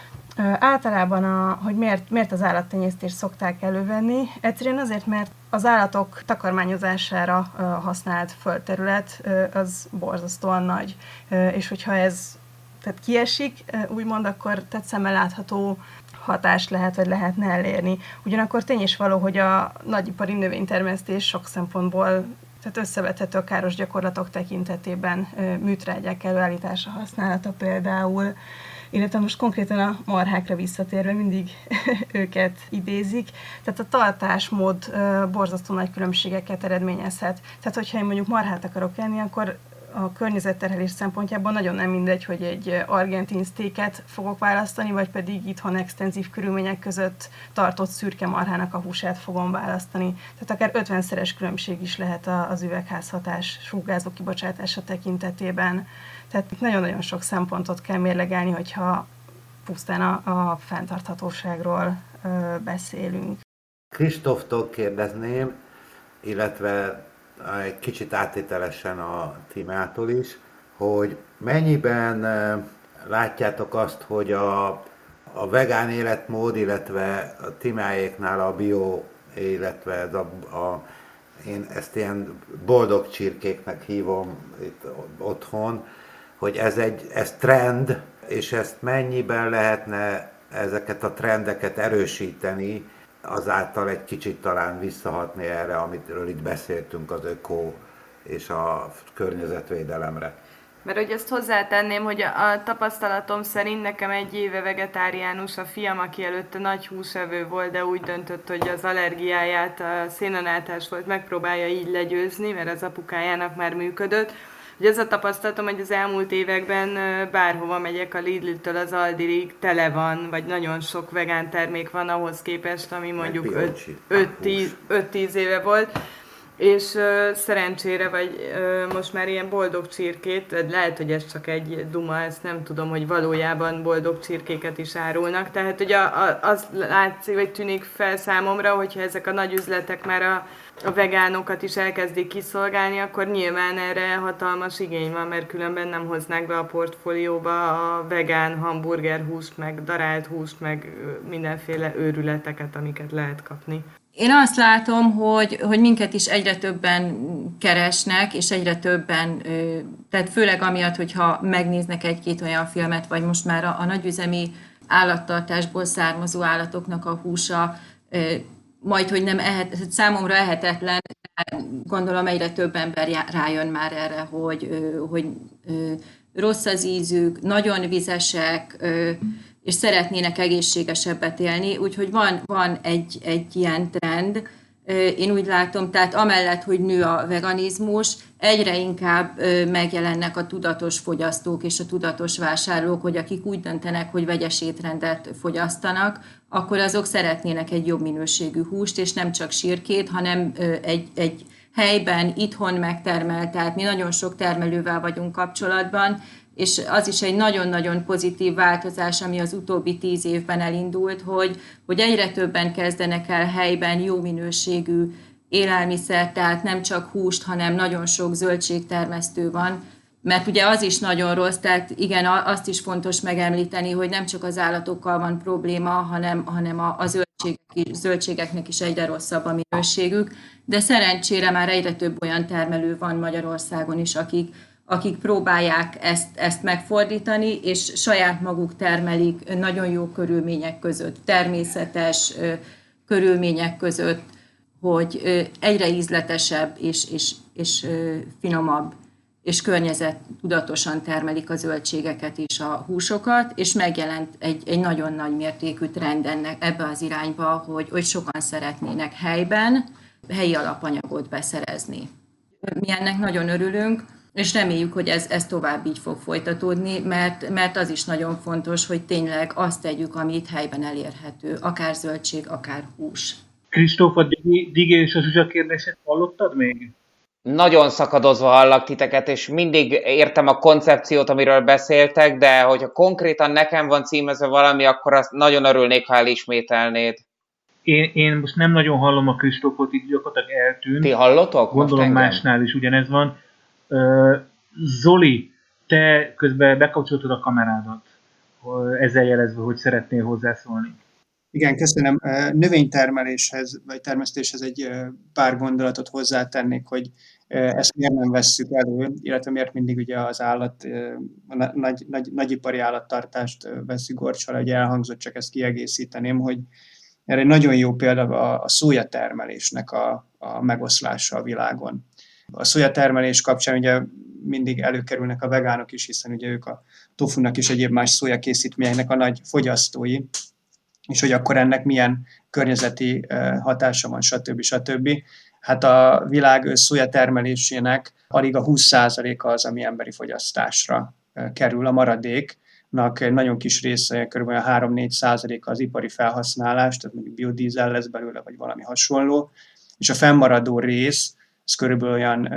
Általában, hogy miért az állattenyésztést szokták elővenni, egyszerűen azért, mert az állatok takarmányozására használt földterület az borzasztóan nagy, és hogyha ez tehát kiesik, úgymond, akkor tehát szemmel látható hatást lehet, vagy lehetne elérni. Ugyanakkor tény is való, hogy a nagyipari növénytermesztés sok szempontból tehát összevethető a káros gyakorlatok tekintetében, műtrágyák előállítása használata például, illetve most konkrétan a marhákra visszatérve mindig őket idézik. Tehát a tartásmód borzasztó nagy különbségeket eredményezhet. Tehát, hogyha én mondjuk marhát akarok enni, akkor a környezetterhelés szempontjából nagyon nem mindegy, hogy egy argentin sztéket fogok választani, vagy pedig itthon extenzív körülmények között tartott szürke marhának a húsát fogom választani. Tehát akár 50-szeres különbség is lehet az üvegházhatás sugárzó kibocsátása tekintetében. Tehát itt nagyon-nagyon sok szempontot kell mérlegelni, hogyha pusztán a fenntarthatóságról beszélünk. Kristóftól kérdezném, illetve egy kicsit áttételesen a Tímától is, hogy mennyiben látjátok azt, hogy a vegán életmód, illetve a Tímáéknál a bio, illetve én ezt ilyen boldog csirkéknek hívom itt otthon, hogy ez trend, és ezt mennyiben lehetne ezeket a trendeket erősíteni, azáltal egy kicsit talán visszahatni erre, amiről itt beszéltünk, az öko és a környezetvédelemre. Mert hogy ezt hozzátenném, hogy a tapasztalatom szerint nekem egy éve vegetáriánus a fiam, aki előtte nagy húsevő volt, de úgy döntött, hogy az allergiáját, a szénanáltás volt, megpróbálja így legyőzni, mert az apukájának már működött. Ugye az a tapasztalatom, hogy az elmúlt években bárhova megyek, a Lidl-től az Aldirig tele van, vagy nagyon sok vegán termék van ahhoz képest, ami mondjuk 5-10 éve volt. És szerencsére, vagy most már ilyen boldog csirkét, lehet, hogy ez csak egy duma, ezt nem tudom, hogy valójában boldog csirkéket is árulnak. Tehát ugye az látszik, vagy tűnik fel számomra, hogyha ezek a nagy üzletek már a vegánokat is elkezdik kiszolgálni, akkor nyilván erre hatalmas igény van, mert különben nem hoznák be a portfólióba a vegán hamburgerhúst, meg darált húst, meg mindenféle őrületeket, amiket lehet kapni. Én azt látom, hogy minket is egyre többen keresnek, és egyre többen, tehát főleg amiatt, hogyha megnéznek egy-két olyan filmet, vagy most már a nagyüzemi állattartásból származó állatoknak a húsa, majd, hogy nem számomra ehetetlen, gondolom egyre több ember rájön már erre, hogy rossz az ízük, nagyon vizesek, és szeretnének egészségesebbet élni, úgyhogy van egy ilyen trend, Én úgy látom, tehát amellett, hogy nő a veganizmus, egyre inkább megjelennek a tudatos fogyasztók és a tudatos vásárlók, hogy akik úgy döntenek, hogy vegyes étrendet fogyasztanak, akkor azok szeretnének egy jobb minőségű húst, és nem csak sirkét, hanem egy helyben, itthon megtermelt, tehát mi nagyon sok termelővel vagyunk kapcsolatban, és az is egy nagyon-nagyon pozitív változás, ami az utóbbi 10 évben elindult, hogy egyre többen kezdenek el helyben jó minőségű élelmiszer, tehát nem csak húst, hanem nagyon sok zöldségtermesztő van, mert ugye az is nagyon rossz, tehát igen, azt is fontos megemlíteni, hogy nem csak az állatokkal van probléma, hanem a zöldségeknek is egyre rosszabb a minőségük, de szerencsére már egyre több olyan termelő van Magyarországon is, akik próbálják ezt megfordítani, és saját maguk termelik nagyon jó körülmények között, természetes körülmények között, hogy egyre ízletesebb és finomabb és környezettudatosan termelik a zöldségeket és a húsokat, és megjelent egy nagyon nagy mértékű trend ebbe az irányba, hogy sokan szeretnének helyben helyi alapanyagot beszerezni. Mi ennek nagyon örülünk, és reméljük, hogy ez tovább így fog folytatódni, mert az is nagyon fontos, hogy tényleg azt tegyük, ami itt helyben elérhető, akár zöldség, akár hús. Kristóf, a Digi és a Zsuzsa kérdését hallottad még? Nagyon szakadozva hallak titeket, és mindig értem a koncepciót, amiről beszéltek, de hogyha konkrétan nekem van címezve valami, akkor azt nagyon örülnék, ha elismételnéd. Én most nem nagyon hallom a Kristófot, így gyakorlatilag eltűnt. Ti hallotok? Gondolom másnál is ugyanez van. Zoli, te közben bekapcsoltad a kamerádat, ezzel jelezve, hogy szeretnél hozzászólni. Igen, köszönöm. Növénytermeléshez, vagy termesztéshez egy pár gondolatot hozzátennék, hogy ezt miért nem vesszük elő, illetve miért mindig ugye az nagyipari állattartást vesszük gorcs alá, hogy elhangzott, csak ezt kiegészíteném, hogy erre egy nagyon jó példa a szójatermelésnek a megoszlása a világon. A szójatermelés kapcsán ugye mindig előkerülnek a vegánok is, hiszen ugye ők a tofunak és egyéb más szójakészítményeknek a nagy fogyasztói, és hogy akkor ennek milyen környezeti hatása van, stb. Hát a világ szójatermelésének alig a 20%-a az, ami emberi fogyasztásra kerül, a maradéknak egy nagyon kis része, kb. 3-4%-a az ipari felhasználás, tehát mondjuk biodízel lesz belőle, vagy valami hasonló, és a fennmaradó rész, ez körülbelül olyan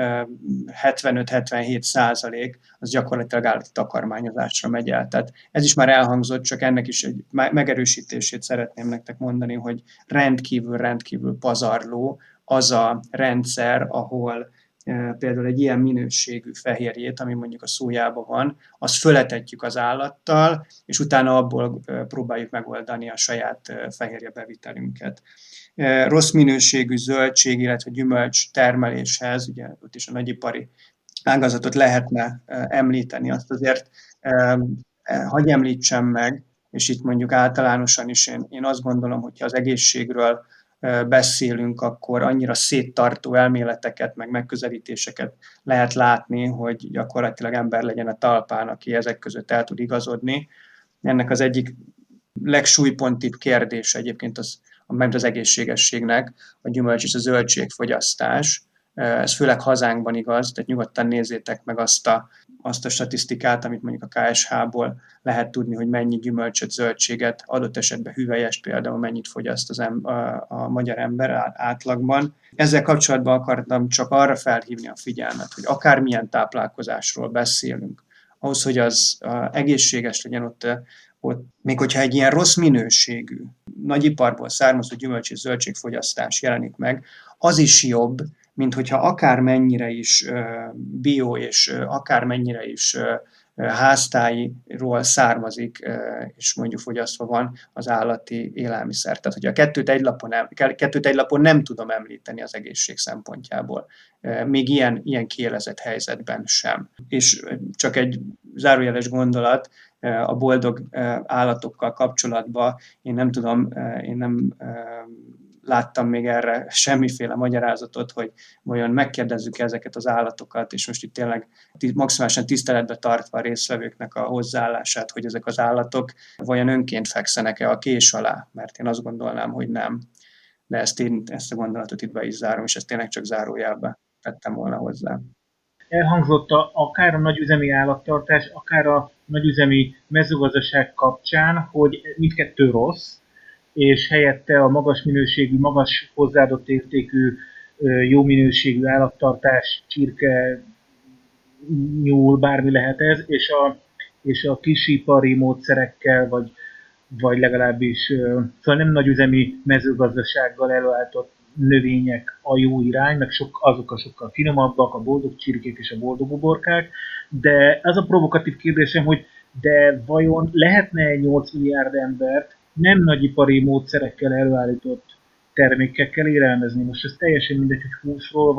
75-77%, az gyakorlatilag állati takarmányozásra megy el. Tehát ez is már elhangzott, csak ennek is egy megerősítését szeretném nektek mondani, hogy rendkívül pazarló az a rendszer, ahol például egy ilyen minőségű fehérjét, ami mondjuk a szójában van, azt föletetjük az állattal, és utána abból próbáljuk megoldani a saját fehérjebevitelünket. Rossz minőségű zöldség, illetve gyümölcs termeléshez, ugye ott is a nagyipari ágazatot lehetne említeni, azt azért hadd említsem meg, és itt mondjuk általánosan is én azt gondolom, hogyha az egészségről beszélünk, akkor annyira széttartó elméleteket, meg megközelítéseket lehet látni, hogy gyakorlatilag ember legyen a talpán, aki ezek között el tud igazodni. Ennek az egyik legsúlypontibb kérdése egyébként az egészségességnek a gyümölcs és a zöldségfogyasztás. Ez főleg hazánkban igaz, tehát nyugodtan nézzétek meg azt a statisztikát, amit mondjuk a KSH-ból lehet tudni, hogy mennyi gyümölcsöt, zöldséget, adott esetben hüvelyest például mennyit fogyaszt a magyar ember átlagban. Ezzel kapcsolatban akartam csak arra felhívni a figyelmet, hogy akármilyen táplálkozásról beszélünk, ahhoz, hogy az egészséges legyen ott, még hogyha egy ilyen rossz minőségű, nagyiparból származó gyümölcs és zöldségfogyasztás jelenik meg, az is jobb, mint hogyha akármennyire is bio és akármennyire is háztáiról származik, és mondjuk fogyasztva van az állati élelmiszer. Tehát, hogy a kettőt egy lapon nem tudom említeni az egészség szempontjából, még ilyen kiélezett helyzetben sem. És csak egy zárójeles gondolat, a boldog állatokkal kapcsolatban én nem láttam még erre semmiféle magyarázatot, hogy vajon megkérdezzük ezeket az állatokat, és most itt tényleg maximálisan tiszteletbe tartva a résztvevőknek a hozzáállását, hogy ezek az állatok vajon önként fekszenek-e a kés alá, mert én azt gondolnám, hogy nem. de ezt a gondolatot itt be is zárom, és ezt tényleg csak zárójelbe tettem volna hozzá. Elhangzott akár a nagyüzemi állattartás, akár a nagyüzemi mezőgazdaság kapcsán, hogy mindkettő rossz, és helyette a magas minőségű, magas hozzáadott értékű, jó minőségű állattartás, csirke, nyúl, bármi lehet ez, és a kisipari módszerekkel, vagy legalábbis szóval nem nagyüzemi mezőgazdasággal előállított növények a jó irány, meg azok a sokkal finomabbak, a boldog csirkék és a boldog uborkák, de az a provokatív kérdésem, hogy de vajon lehetne 8 milliárd embert nem nagyipari módszerekkel előállított termékekkel élelmezni? Most ez teljesen mindegy, hogy húsról,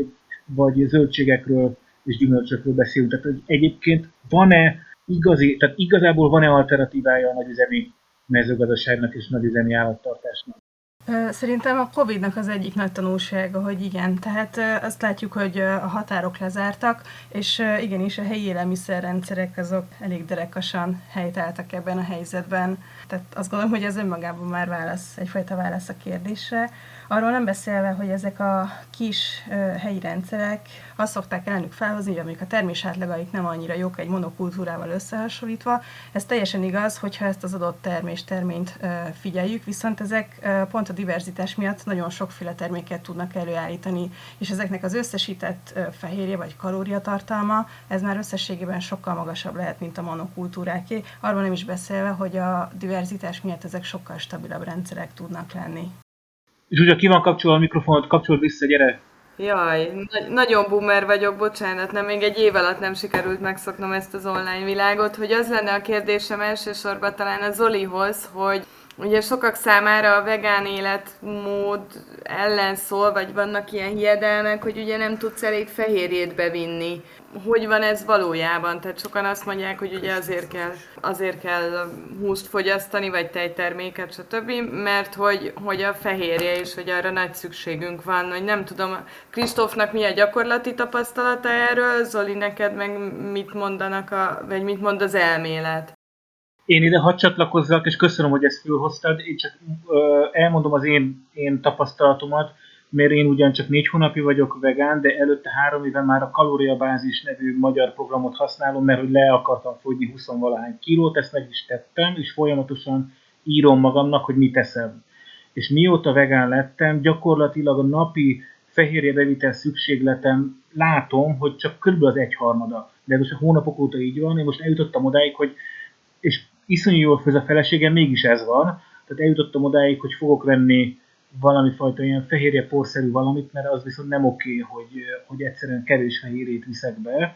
vagy zöldségekről és gyümölcsökről beszélünk. Tehát hogy egyébként van-e tehát igazából van-e alternatívája a nagyüzemi mezőgazdaságnak és nagyüzemi állattartásnak? Szerintem a Covid-nak az egyik nagy tanulsága, hogy igen, tehát azt látjuk, hogy a határok lezártak, és igenis a helyi élelmiszerrendszerek azok elég derekasan helytálltak ebben a helyzetben. Tehát azt gondolom, hogy ez önmagában már egyfajta válasz a kérdésre. Arról nem beszélve, hogy ezek a kis helyi rendszerek azt szokták ellenük felhozni, hogy amik a termés átlagaik nem annyira jók egy monokultúrával összehasonlítva. Ez teljesen igaz, hogyha ezt az adott terményt figyeljük, viszont ezek pont a diverzitás miatt nagyon sokféle terméket tudnak előállítani, és ezeknek az összesített fehérje vagy kalóriatartalma, ez már összességében sokkal magasabb lehet, mint a monokultúráké. Arról nem is beszélve, hogy a diverzitás miatt ezek sokkal stabilabb rendszerek tudnak lenni. Zsuzsa, ki van kapcsolva a mikrofonot? Kapcsold vissza, gyere! Jaj, nagyon boomer vagyok, bocsánat, nem, még egy év alatt nem sikerült megszoknom ezt az online világot, hogy az lenne a kérdésem elsősorban talán a Zolihoz, hogy ugye sokak számára a vegán életmód ellen szól, vagy vannak ilyen hiedelmek, hogy ugye nem tudsz elég fehérjét bevinni. Hogy van ez valójában? Tehát sokan azt mondják, hogy ugye azért kell húst fogyasztani, vagy tejterméket, stb., mert hogy a fehérje is, hogy arra nagy szükségünk van. Hogy nem tudom, Kristófnak mi a gyakorlati tapasztalata erről, Zoli, neked meg mit mondanak, vagy mit mond az elmélet? Én ide hadd csatlakozzak, és köszönöm, hogy ezt fölhoztad. Én csak elmondom az én tapasztalatomat, mert én ugyancsak 4 hónapja vagyok vegán, de előtte 3 éve már a Kalóriabázis nevű magyar programot használom, mert hogy le akartam fogyni 20-valahány kilót, ezt meg is tettem, és folyamatosan írom magamnak, hogy mit eszem. És mióta vegán lettem, gyakorlatilag a napi fehérje bevitel szükségletem látom, hogy csak kb. Az 1/3. De most a hónapok óta így van, én most eljutottam odáig, hogy és iszonyú jól főz a feleségem, mégis ez van. Tehát eljutottam odáig, hogy fogok venni valami fajta ilyen fehérje porszerű valamit, mert az viszont nem oké, hogy egyszerűen kevés fehérjét viszek be.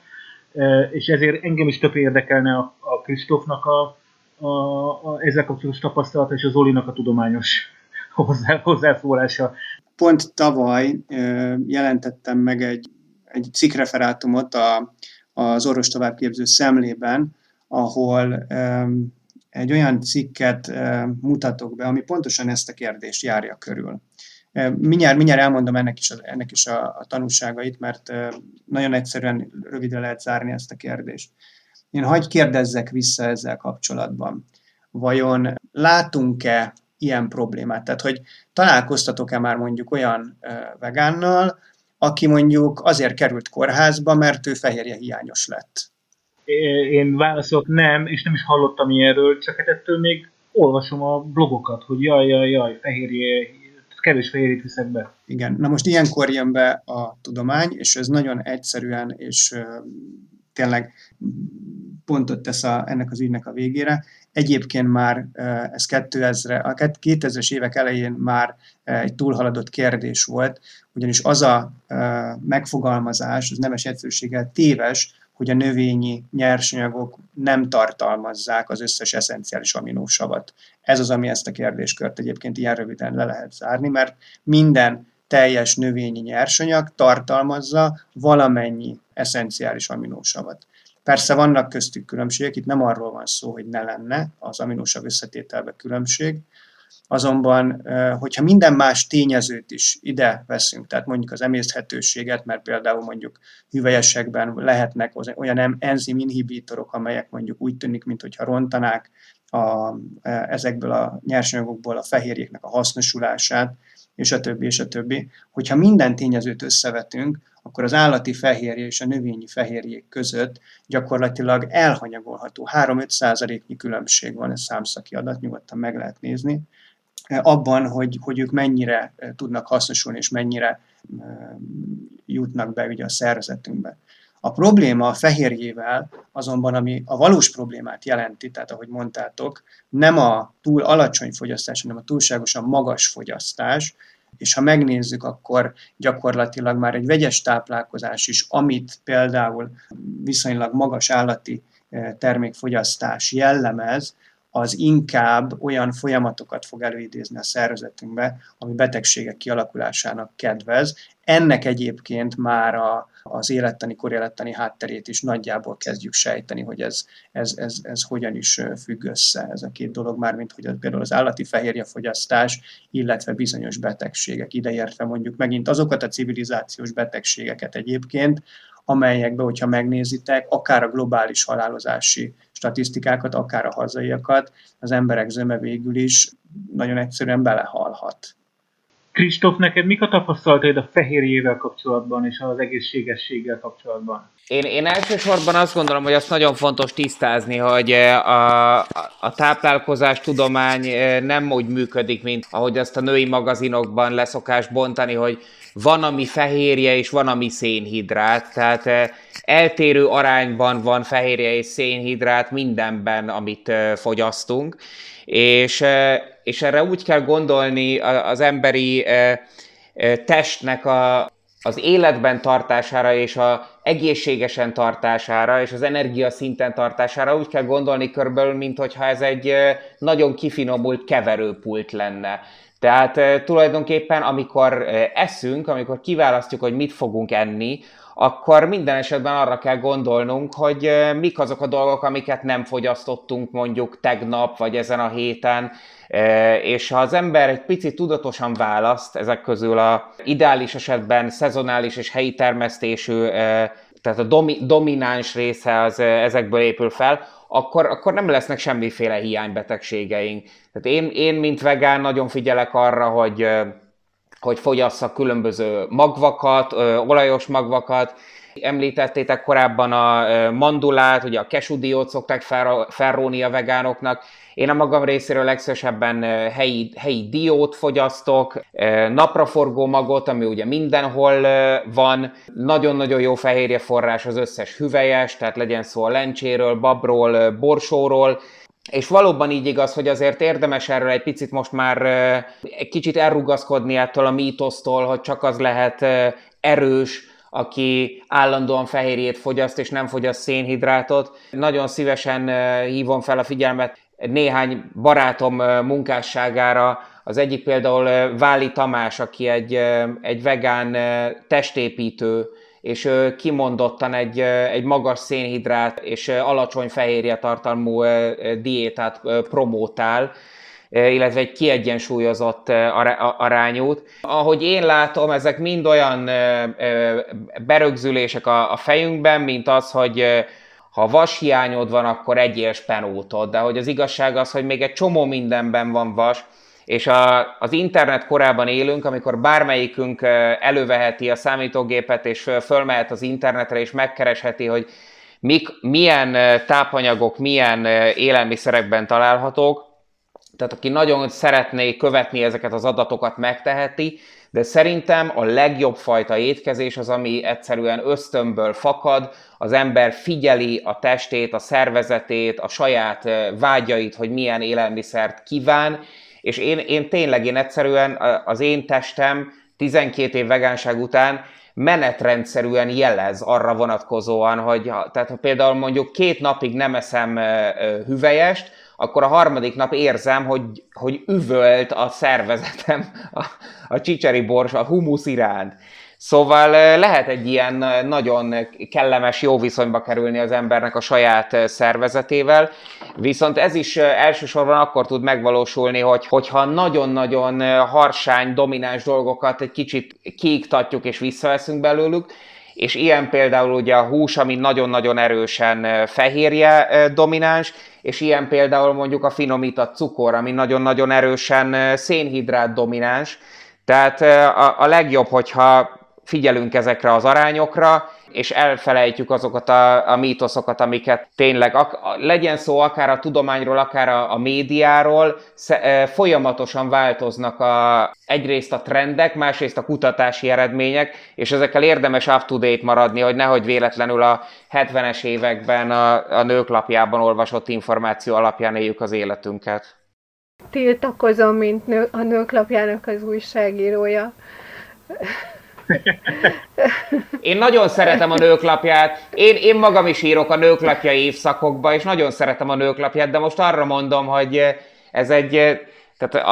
És ezért engem is több érdekelne a Kristófnak ezzel kapcsolatos tapasztalata, és az Zolinak a tudományos hozzászólása. Pont tavaly jelentettem meg egy cikkreferátumot az orvos továbbképző szemlében, ahol egy olyan cikket mutatok be, ami pontosan ezt a kérdést járja körül. Mindjárt elmondom ennek is a tanulságait, mert nagyon egyszerűen rövidre lehet zárni ezt a kérdést. Én hadd kérdezzek vissza ezzel kapcsolatban. Vajon látunk-e ilyen problémát? Tehát, hogy találkoztatok-e már mondjuk olyan vegánnal, aki mondjuk azért került kórházba, mert ő fehérje hiányos lett? Én válaszolok nem, és nem is hallottam ilyenről, csak hát ettől még olvasom a blogokat, hogy jaj, kevés fehérjét viszek be. Igen, na most ilyenkor jön be a tudomány, és ez nagyon egyszerűen, és tényleg pontot tesz ennek az ügynek a végére. Egyébként már ez 2000-es évek elején már egy túlhaladott kérdés volt, ugyanis az a megfogalmazás, az nemes egyszerűséggel téves, hogy a növényi nyersanyagok nem tartalmazzák az összes esszenciális aminósavat. Ez az, ami ezt a kérdéskört egyébként ilyen röviden le lehet zárni, mert minden teljes növényi nyersanyag tartalmazza valamennyi esszenciális aminósavat. Persze vannak köztük különbségek, itt nem arról van szó, hogy ne lenne az aminósav összetételben különbség, azonban, hogyha minden más tényezőt is ide veszünk, tehát mondjuk az emészthetőséget, mert például mondjuk hüvelyesekben lehetnek olyan enzim inhibitorok, amelyek mondjuk úgy tűnik, mintha rontanák ezekből a nyersanyagokból a fehérjéknek a hasznosulását, és a többi, és a többi. Hogyha minden tényezőt összevetünk, akkor az állati fehérje és a növényi fehérjék között gyakorlatilag elhanyagolható 3-5%-nyi különbség van, ez számszaki adat, nyugodtan meg lehet nézni, abban, hogy ők mennyire tudnak hasznosulni, és mennyire jutnak be ugye a szervezetünkbe. A probléma a fehérjével azonban, ami a valós problémát jelenti, tehát ahogy mondtátok, nem a túl alacsony fogyasztás, hanem a túlságosan magas fogyasztás, és ha megnézzük, akkor gyakorlatilag már egy vegyes táplálkozás is, amit például viszonylag magas állati termékfogyasztás jellemez, az inkább olyan folyamatokat fog előidézni a szervezetünkbe, ami betegségek kialakulásának kedvez. Ennek egyébként már az élettani, korélettani hátterét is nagyjából kezdjük sejteni, hogy ez hogyan is függ össze ez a két dolog, mármint hogy például az állati fehérjefogyasztás, illetve bizonyos betegségek, ideértve mondjuk megint azokat a civilizációs betegségeket egyébként, amelyekbe, hogyha megnézitek, akár a globális halálozási statisztikákat, akár a hazaiakat, az emberek zöme végül is nagyon egyszerűen belehalhat. Kristóf, neked mik a tapasztalataid a fehérjével kapcsolatban és az egészségességgel kapcsolatban? Én elsősorban azt gondolom, hogy azt nagyon fontos tisztázni, hogy a táplálkozás tudomány nem úgy működik, mint ahogy azt a női magazinokban leszokás bontani, hogy van, ami fehérje, és van, ami szénhidrát. Tehát eltérő arányban van fehérje és szénhidrát mindenben, amit fogyasztunk. És erre úgy kell gondolni az emberi testnek az életben tartására és az egészségesen tartására és az energiaszinten tartására úgy kell gondolni körülbelül, mintha ez egy nagyon kifinomult keverőpult lenne. Tehát tulajdonképpen amikor eszünk, amikor kiválasztjuk, hogy mit fogunk enni, akkor minden esetben arra kell gondolnunk, hogy mik azok a dolgok, amiket nem fogyasztottunk mondjuk tegnap vagy ezen a héten, és ha az ember egy picit tudatosan választ ezek közül a ideális esetben szezonális és helyi termesztésű, tehát a domináns része az ezekből épül fel, akkor nem lesznek semmiféle hiánybetegségeink. Tehát én mint vegán nagyon figyelek arra, hogy fogyasszak különböző magvakat, olajos magvakat. Említettétek korábban a mandulát, ugye a cashew-diót szokták felróni a vegánoknak. Én a magam részéről legszívesebben helyi diót fogyasztok, napraforgó magot, ami ugye mindenhol van. Nagyon-nagyon jó fehérjeforrás az összes hüvelyes, tehát legyen szó a lencséről, babról, borsóról. És valóban így igaz, hogy azért érdemes erről egy picit most már egy kicsit elrugaszkodni ettől a mítosztól, hogy csak az lehet erős, aki állandóan fehérjét fogyaszt és nem fogyaszt szénhidrátot. Nagyon szívesen hívom fel a figyelmet néhány barátom munkásságára. Az egyik például Váli Tamás, aki egy vegán testépítő, és kimondottan egy magas szénhidrát és alacsony fehérje tartalmú diétát promótál, illetve egy kiegyensúlyozott arányút. Ahogy én látom, ezek mind olyan berögzülések a fejünkben, mint az, hogy ha vashiányod van, akkor egyél spenótot, de hogy az igazság az, hogy még egy csomó mindenben van vas, és az internet korában élünk, amikor bármelyikünk előveheti a számítógépet, és fölmehet az internetre, és megkeresheti, hogy milyen tápanyagok, milyen élelmiszerekben találhatók. Tehát aki nagyon szeretné követni ezeket az adatokat, megteheti, de szerintem a legjobb fajta étkezés az, ami egyszerűen ösztönből fakad, az ember figyeli a testét, a szervezetét, a saját vágyait, hogy milyen élelmiszert kíván, és én tényleg egyszerűen az én testem 12 év vegánság után menetrendszerűen jelez arra vonatkozóan, hogy tehát ha például mondjuk 2 napig nem eszem hüvelyest, akkor a 3. nap érzem, hogy üvölt a szervezetem a csicseri bors, a humusz iránt. Szóval lehet egy ilyen nagyon kellemes, jó viszonyba kerülni az embernek a saját szervezetével, viszont ez is elsősorban akkor tud megvalósulni, hogyha nagyon-nagyon harsány, domináns dolgokat egy kicsit kiiktatjuk és visszaveszünk belőlük, és ilyen például ugye a hús, ami nagyon-nagyon erősen fehérje domináns, és ilyen például mondjuk a finomított cukor, ami nagyon-nagyon erősen szénhidrát domináns. Tehát a legjobb, hogyha figyelünk ezekre az arányokra, és elfelejtjük azokat a mítoszokat, amiket tényleg, legyen szó akár a tudományról, akár a médiáról, folyamatosan változnak egyrészt a trendek, másrészt a kutatási eredmények, és ezekkel érdemes up-to-date maradni, hogy nehogy véletlenül a 70-es években a Nőklapjában olvasott információ alapján éljük az életünket. Tiltakozom, mint a Nőklapjának az újságírója. Én nagyon szeretem a Nőklapját, én magam is írok a Nőklapja évszakokba, és nagyon szeretem a Nőklapját, de most arra mondom, hogy ez tehát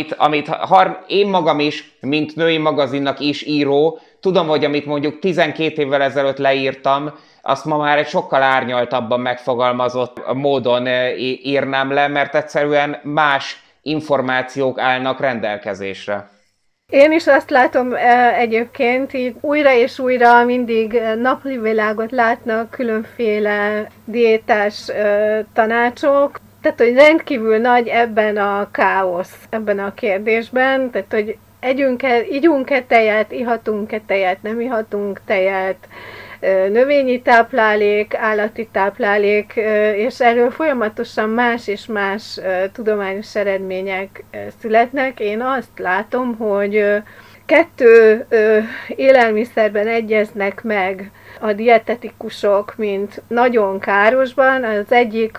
én magam is, mint női magazinnak is író, tudom, hogy amit mondjuk 12 évvel ezelőtt leírtam, azt ma már egy sokkal árnyaltabban megfogalmazott módon írnám le, mert egyszerűen más információk állnak rendelkezésre. Én is azt látom egyébként, így újra és újra mindig naplivilágot látnak különféle diétás tanácsok, tehát hogy rendkívül nagy ebben a káosz, ebben a kérdésben, tehát hogy ígyunk-e tejet, ihatunk-e tejet, nem ihatunk tejet, növényi táplálék, állati táplálék, és erről folyamatosan más és más tudományos eredmények születnek. Én azt látom, hogy 2 élelmiszerben egyeznek meg a dietetikusok, mint nagyon károsban, az egyik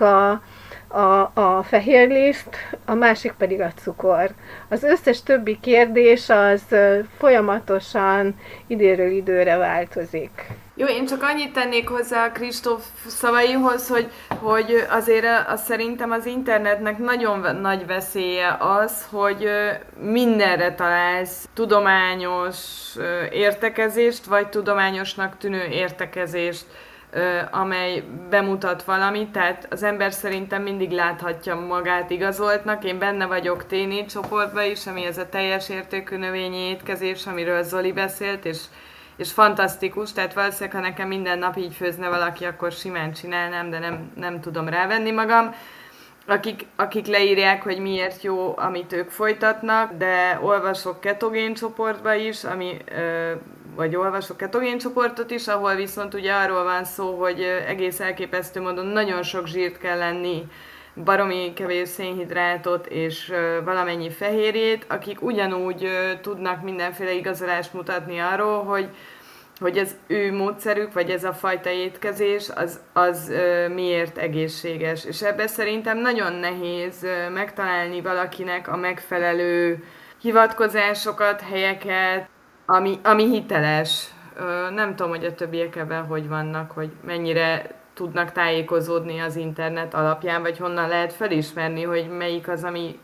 a fehérliszt, a másik pedig a cukor. Az összes többi kérdés az folyamatosan időről időre változik. Jó, én csak annyit tennék hozzá a Kristóf szavaihoz, hogy azért szerintem az internetnek nagyon nagy veszélye az, hogy mindenre találsz tudományos értekezést, vagy tudományosnak tűnő értekezést, amely bemutat valamit, tehát az ember szerintem mindig láthatja magát igazoltnak. Én benne vagyok T4 csoportban is, ami ez a teljes értékű növényi étkezés, amiről Zoli beszélt, és fantasztikus, tehát valószínűleg, ha nekem minden nap így főzne valaki, akkor simán csinálnám, de nem tudom rávenni magam. Akik leírják, hogy miért jó, amit ők folytatnak, de olvasok ketogén csoportba is, vagy olvasok ketogén csoportot is, ahol viszont ugye arról van szó, hogy egész elképesztő módon nagyon sok zsírt kell lenni, baromi kevés szénhidrátot és valamennyi fehérjét, akik ugyanúgy tudnak mindenféle igazolást mutatni arról, hogy az ő módszerük, vagy ez a fajta étkezés, az miért egészséges. És ebben szerintem nagyon nehéz megtalálni valakinek a megfelelő hivatkozásokat, helyeket, ami hiteles. Nem tudom, hogy a többiek ebben hogy vannak, hogy mennyire tudnak tájékozódni az internet alapján, vagy honnan lehet felismerni, hogy melyik az, ami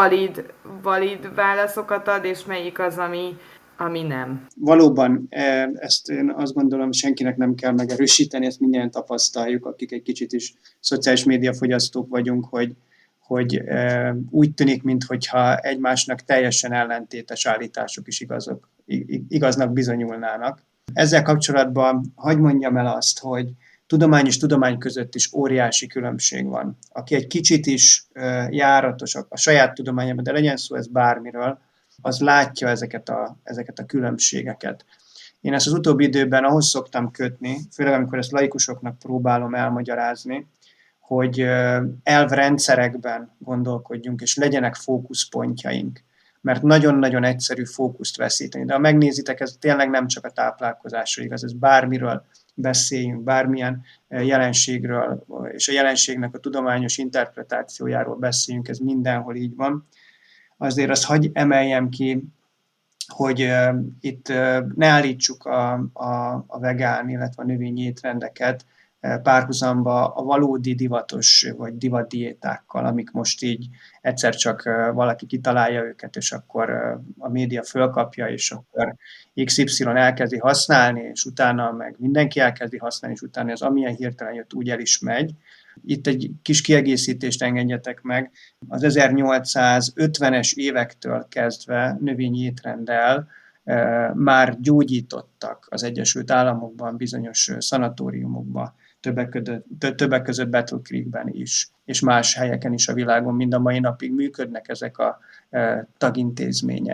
valid válaszokat ad, és melyik az, ami nem. Valóban, ezt én azt gondolom, hogy senkinek nem kell megerősíteni, ezt mindjárt tapasztaljuk, akik egy kicsit is szociális média fogyasztók vagyunk, hogy úgy tűnik, mintha egymásnak teljesen ellentétes állítások is igaznak bizonyulnának. Ezzel kapcsolatban hadd mondjam el azt, hogy tudomány és tudomány között is óriási különbség van. Aki egy kicsit is járatos a saját tudományában, de legyen szó ez bármiről, az látja ezeket a különbségeket. Én ezt az utóbbi időben ahhoz szoktam kötni, főleg amikor ezt laikusoknak próbálom elmagyarázni, hogy elvrendszerekben gondolkodjunk, és legyenek fókuszpontjaink. Mert nagyon-nagyon egyszerű fókuszt veszíteni. De ha megnézitek, ez tényleg nem csak a táplálkozásra igaz, ez bármiről beszéljünk, bármilyen jelenségről, és a jelenségnek a tudományos interpretációjáról beszéljünk, ez mindenhol így van. Azért azt hadd emeljem ki, hogy itt ne állítsuk a vegán, illetve a növényi étrendeket párhuzamba a valódi divatos vagy divatdiétákkal, amik most így egyszer csak valaki kitalálja őket, és akkor a média fölkapja, és akkor XY elkezdi használni, és utána meg mindenki elkezdi használni, és utána az amilyen hirtelen jött, úgy el is megy. Itt egy kis kiegészítést engedjetek meg. Az 1850-es évektől kezdve növényi étrenddel már gyógyítottak az Egyesült Államokban, bizonyos szanatóriumokban, többek között Battle Creekben is, és más helyeken is a világon mind a mai napig működnek ezek a tagintézmények.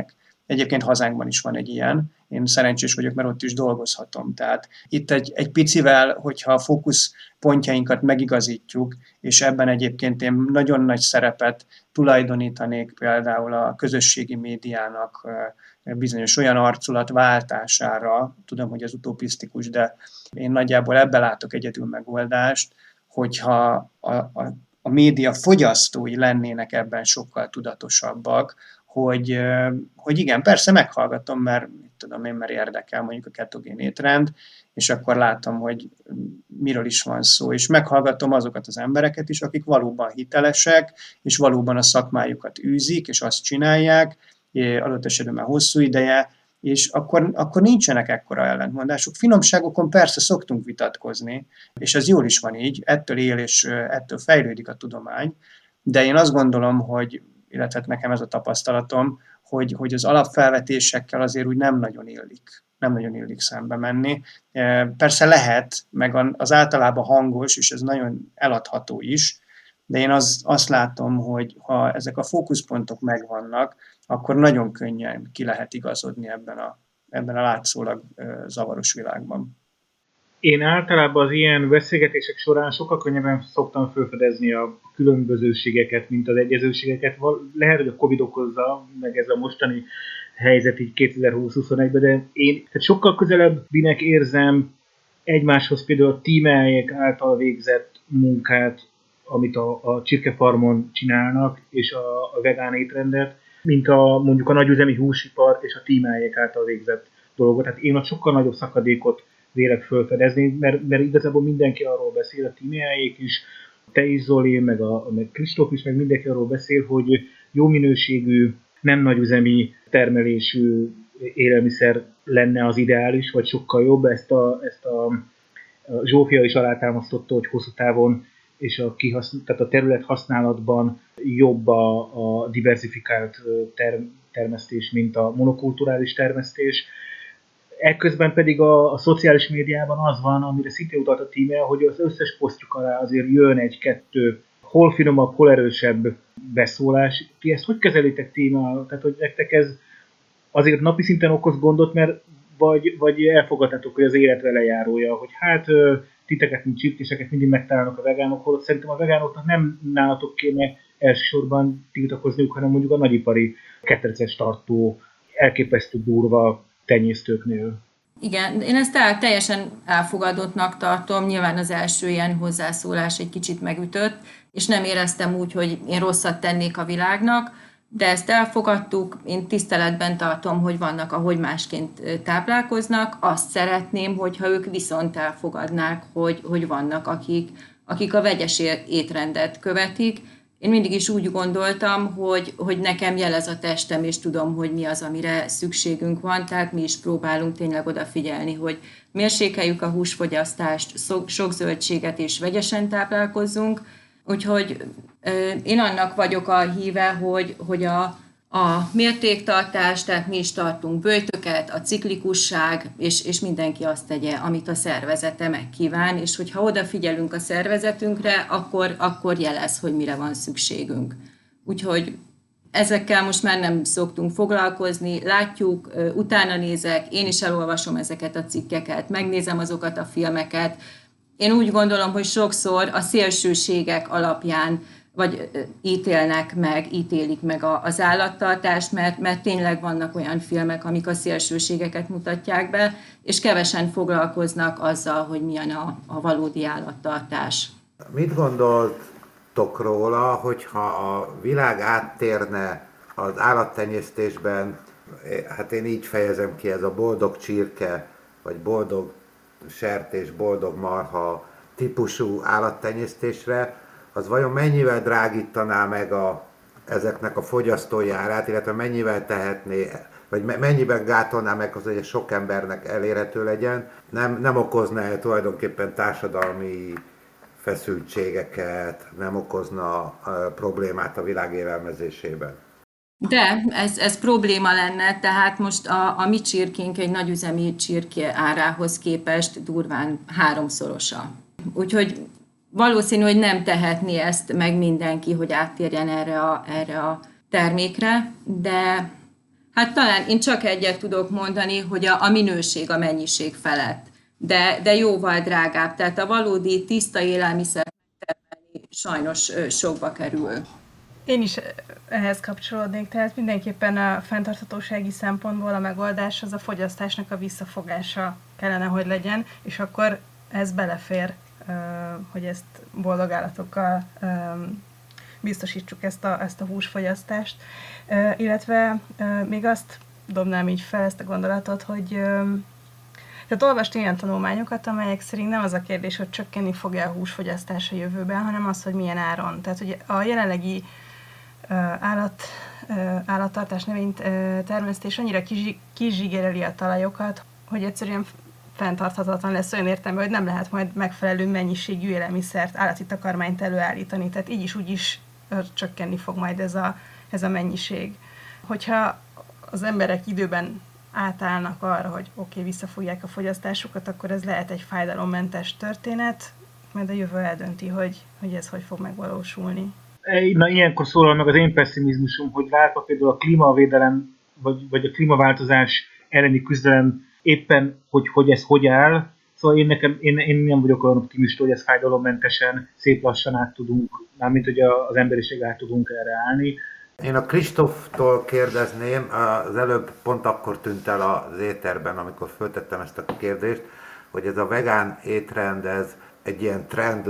Egyébként hazánkban is van egy ilyen. Én szerencsés vagyok, mert ott is dolgozhatom. Tehát itt egy picivel, hogyha a fókuszpontjainkat megigazítjuk, és ebben egyébként én nagyon nagy szerepet tulajdonítanék például a közösségi médiának bizonyos olyan arculatváltására, tudom, hogy ez utopisztikus, de én nagyjából ebbe látok egyedül megoldást, hogyha a média fogyasztói lennének ebben sokkal tudatosabbak, hogy igen, persze meghallgatom, mert mert érdekel mondjuk a ketogén étrend, és akkor látom, hogy miről is van szó, és meghallgatom azokat az embereket is, akik valóban hitelesek, és valóban a szakmájukat űzik, és azt csinálják, adott esetben már hosszú ideje, és akkor nincsenek ekkora ellentmondások. Finomságokon persze szoktunk vitatkozni, és ez jól is van így, ettől él és ettől fejlődik a tudomány, de én azt gondolom, hogy, illetve nekem ez a tapasztalatom, hogy az alapfelvetésekkel azért úgy nem nagyon illik szembe menni. Persze lehet, meg az általában hangos, és ez nagyon eladható is, de én azt látom, hogy ha ezek a fókuszpontok megvannak, akkor nagyon könnyen ki lehet igazodni ebben a látszólag zavaros világban. Én általában az ilyen beszélgetések során sokkal könnyebben szoktam felfedezni a különbözőségeket, mint az egyezőségeket. Lehet, hogy a Covid okozza, meg ez a mostani helyzet így 2020-21-ben, de én sokkal közelebbinek érzem egymáshoz például a tímeljek által végzett munkát, amit a csirkefarmon csinálnak, és a vegán étrendet, mint mondjuk a nagyüzemi húsipar és a tímeljek által végzett dolgot. Tehát én ott sokkal nagyobb szakadékot vélek felfedezni, mert igazából mindenki arról beszél, a tímeljék is, te is, Zoli, meg Kristóf is, meg mindenki arról beszél, hogy jó minőségű, nem nagyüzemi termelésű élelmiszer lenne az ideális, vagy sokkal jobb. Ezt a Zsófia is alátámasztotta, hogy hosszú távon és tehát a terület használatban jobb a diversifikált termesztés, mint a monokulturális termesztés. Ekközben pedig a szociális médiában az van, amire szintén utalt a tíme, hogy az összes posztjuk alá azért jön egy-kettő hol finomabb, hol erősebb beszólás. Ti ezt hogy kezelitek téma? Tehát, hogy nektek ez azért napi szinten okoz gondot, mert vagy elfogadtátok, hogy az élet vele járója, hogy hát titeket, mint csirkéseket mindig megtalálnak a vegánok, holott szerintem a vegánoknak nem nálatok kéne elsősorban tiltakozniuk, hanem mondjuk a nagyipari ketreces tartó, elképesztő durva tenyésztőknél. Igen, én ezt teljesen elfogadottnak tartom, nyilván az első ilyen hozzászólás egy kicsit megütött, és nem éreztem úgy, hogy én rosszat tennék a világnak, de ezt elfogadtuk, én tiszteletben tartom, hogy vannak, ahogy másként táplálkoznak, azt szeretném, hogyha ők viszont elfogadnák, hogy vannak, akik a vegyes étrendet követik. Én mindig is úgy gondoltam, hogy nekem jelez a testem, és tudom, hogy mi az, amire szükségünk van, tehát mi is próbálunk tényleg odafigyelni, hogy mérsékeljük a húsfogyasztást, sok zöldséget és vegyesen táplálkozzunk. Úgyhogy én annak vagyok a híve, hogy a mértéktartás, tehát mi is tartunk böjtöket, a ciklikusság, és mindenki azt tegye, amit a szervezete megkíván, és hogyha odafigyelünk a szervezetünkre, akkor jelez, hogy mire van szükségünk. Úgyhogy ezekkel most már nem szoktunk foglalkozni, látjuk, utána nézek, én is elolvasom ezeket a cikkeket, megnézem azokat a filmeket. Én úgy gondolom, hogy sokszor a szélsőségek alapján vagy ítélik meg az állattartást, mert tényleg vannak olyan filmek, amik a szélsőségeket mutatják be, és kevesen foglalkoznak azzal, hogy milyen a valódi állattartás. Mit gondoltok róla, hogyha a világ áttérne az állattenyésztésben, hát én így fejezem ki, ez a boldog csirke, vagy boldog sertés, boldog marha típusú állattenyésztésre, az vajon mennyivel drágítaná meg ezeknek a fogyasztói árát, illetve mennyivel tehetné, vagy mennyiben gátolná meg az, hogy sok embernek elérhető legyen, nem okozna tulajdonképpen társadalmi feszültségeket, nem okozna problémát a világ élelmezésében? De ez probléma lenne, tehát most a mi csirkénk egy nagyüzemi csirke árához képest durván 3-szorosa. Úgyhogy valószínű, hogy nem tehetné ezt meg mindenki, hogy áttérjen erre a termékre, de Hát talán én csak egyet tudok mondani, hogy a minőség a mennyiség felett, de jóval drágább. Tehát a valódi tiszta élelmiszer megtermelni sajnos sokba kerül. Én is ehhez kapcsolódnék, tehát mindenképpen a fenntarthatósági szempontból a megoldás az a fogyasztásnak a visszafogása kellene, hogy legyen, és akkor ez belefér, hogy ezt boldog állatokkal biztosítsuk ezt a húsfogyasztást. Illetve még azt dobnám így fel ezt a gondolatot, hogy tehát olvast ilyen tanulmányokat, amelyek szerint nem az a kérdés, hogy csökkenni fog-e a húsfogyasztás a jövőben, hanem az, hogy milyen áron. Tehát, hogy a jelenlegi állattartás növénytermesztés annyira kizsigereli a talajokat, hogy egyszerűen fenntarthatatlan lesz olyan értelemben, hogy nem lehet majd megfelelő mennyiségű élelmiszert, állati takarmányt előállítani. Tehát így is úgy is csökkenni fog majd ez a mennyiség. Hogyha az emberek időben átállnak arra, hogy oké, visszafogják a fogyasztásukat, akkor ez lehet egy fájdalommentes történet, majd a jövő eldönti, hogy ez hogy fog megvalósulni. Na, ilyenkor szólal meg az én pessimizmusom, hogy látva például a klímavédelem, vagy a klímaváltozás elleni küzdelem éppen, hogy ez hogy áll. Szóval én nem vagyok olyan optimista, hogy ez fájdalommentesen, szép lassan át tudunk, mármint hogy az emberiség át tudunk erre állni. Én a Kristóftól kérdezném, az előbb pont akkor tűnt el az éterben, amikor föltettem ezt a kérdést, hogy ez a vegán étrend, ez egy ilyen trend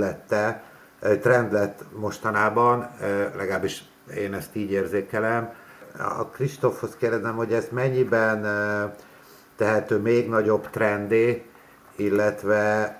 lett mostanában, legalábbis én ezt így érzékelem. A Kristófhoz kérdezem, hogy ez mennyiben tehető még nagyobb trendé, illetve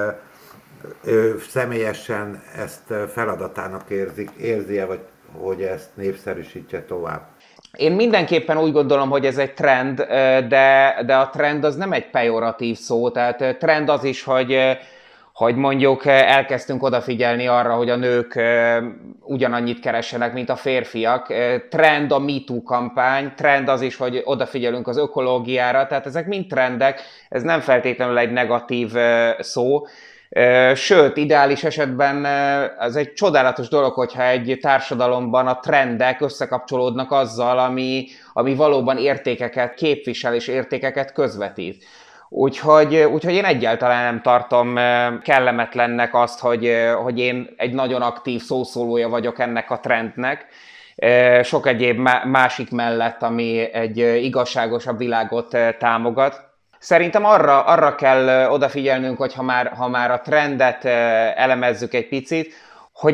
ő személyesen ezt feladatának érzi-e, vagy hogy ezt népszerűsítse tovább? Én mindenképpen úgy gondolom, hogy ez egy trend, de a trend az nem egy pejoratív szó, tehát trend az is, hogy mondjuk elkezdtünk odafigyelni arra, hogy a nők ugyanannyit keressenek, mint a férfiak. Trend a MeToo kampány, trend az is, hogy odafigyelünk az ökológiára, tehát ezek mind trendek, ez nem feltétlenül egy negatív szó. Sőt, ideális esetben ez egy csodálatos dolog, hogyha egy társadalomban a trendek összekapcsolódnak azzal, ami valóban értékeket képvisel és értékeket közvetít. Úgyhogy én egyáltalán nem tartom kellemetlennek azt, hogy én egy nagyon aktív szószólója vagyok ennek a trendnek, sok egyéb másik mellett, ami egy igazságosabb világot támogat. Szerintem arra kell odafigyelnünk, hogy ha már a trendet elemezzük egy picit, hogy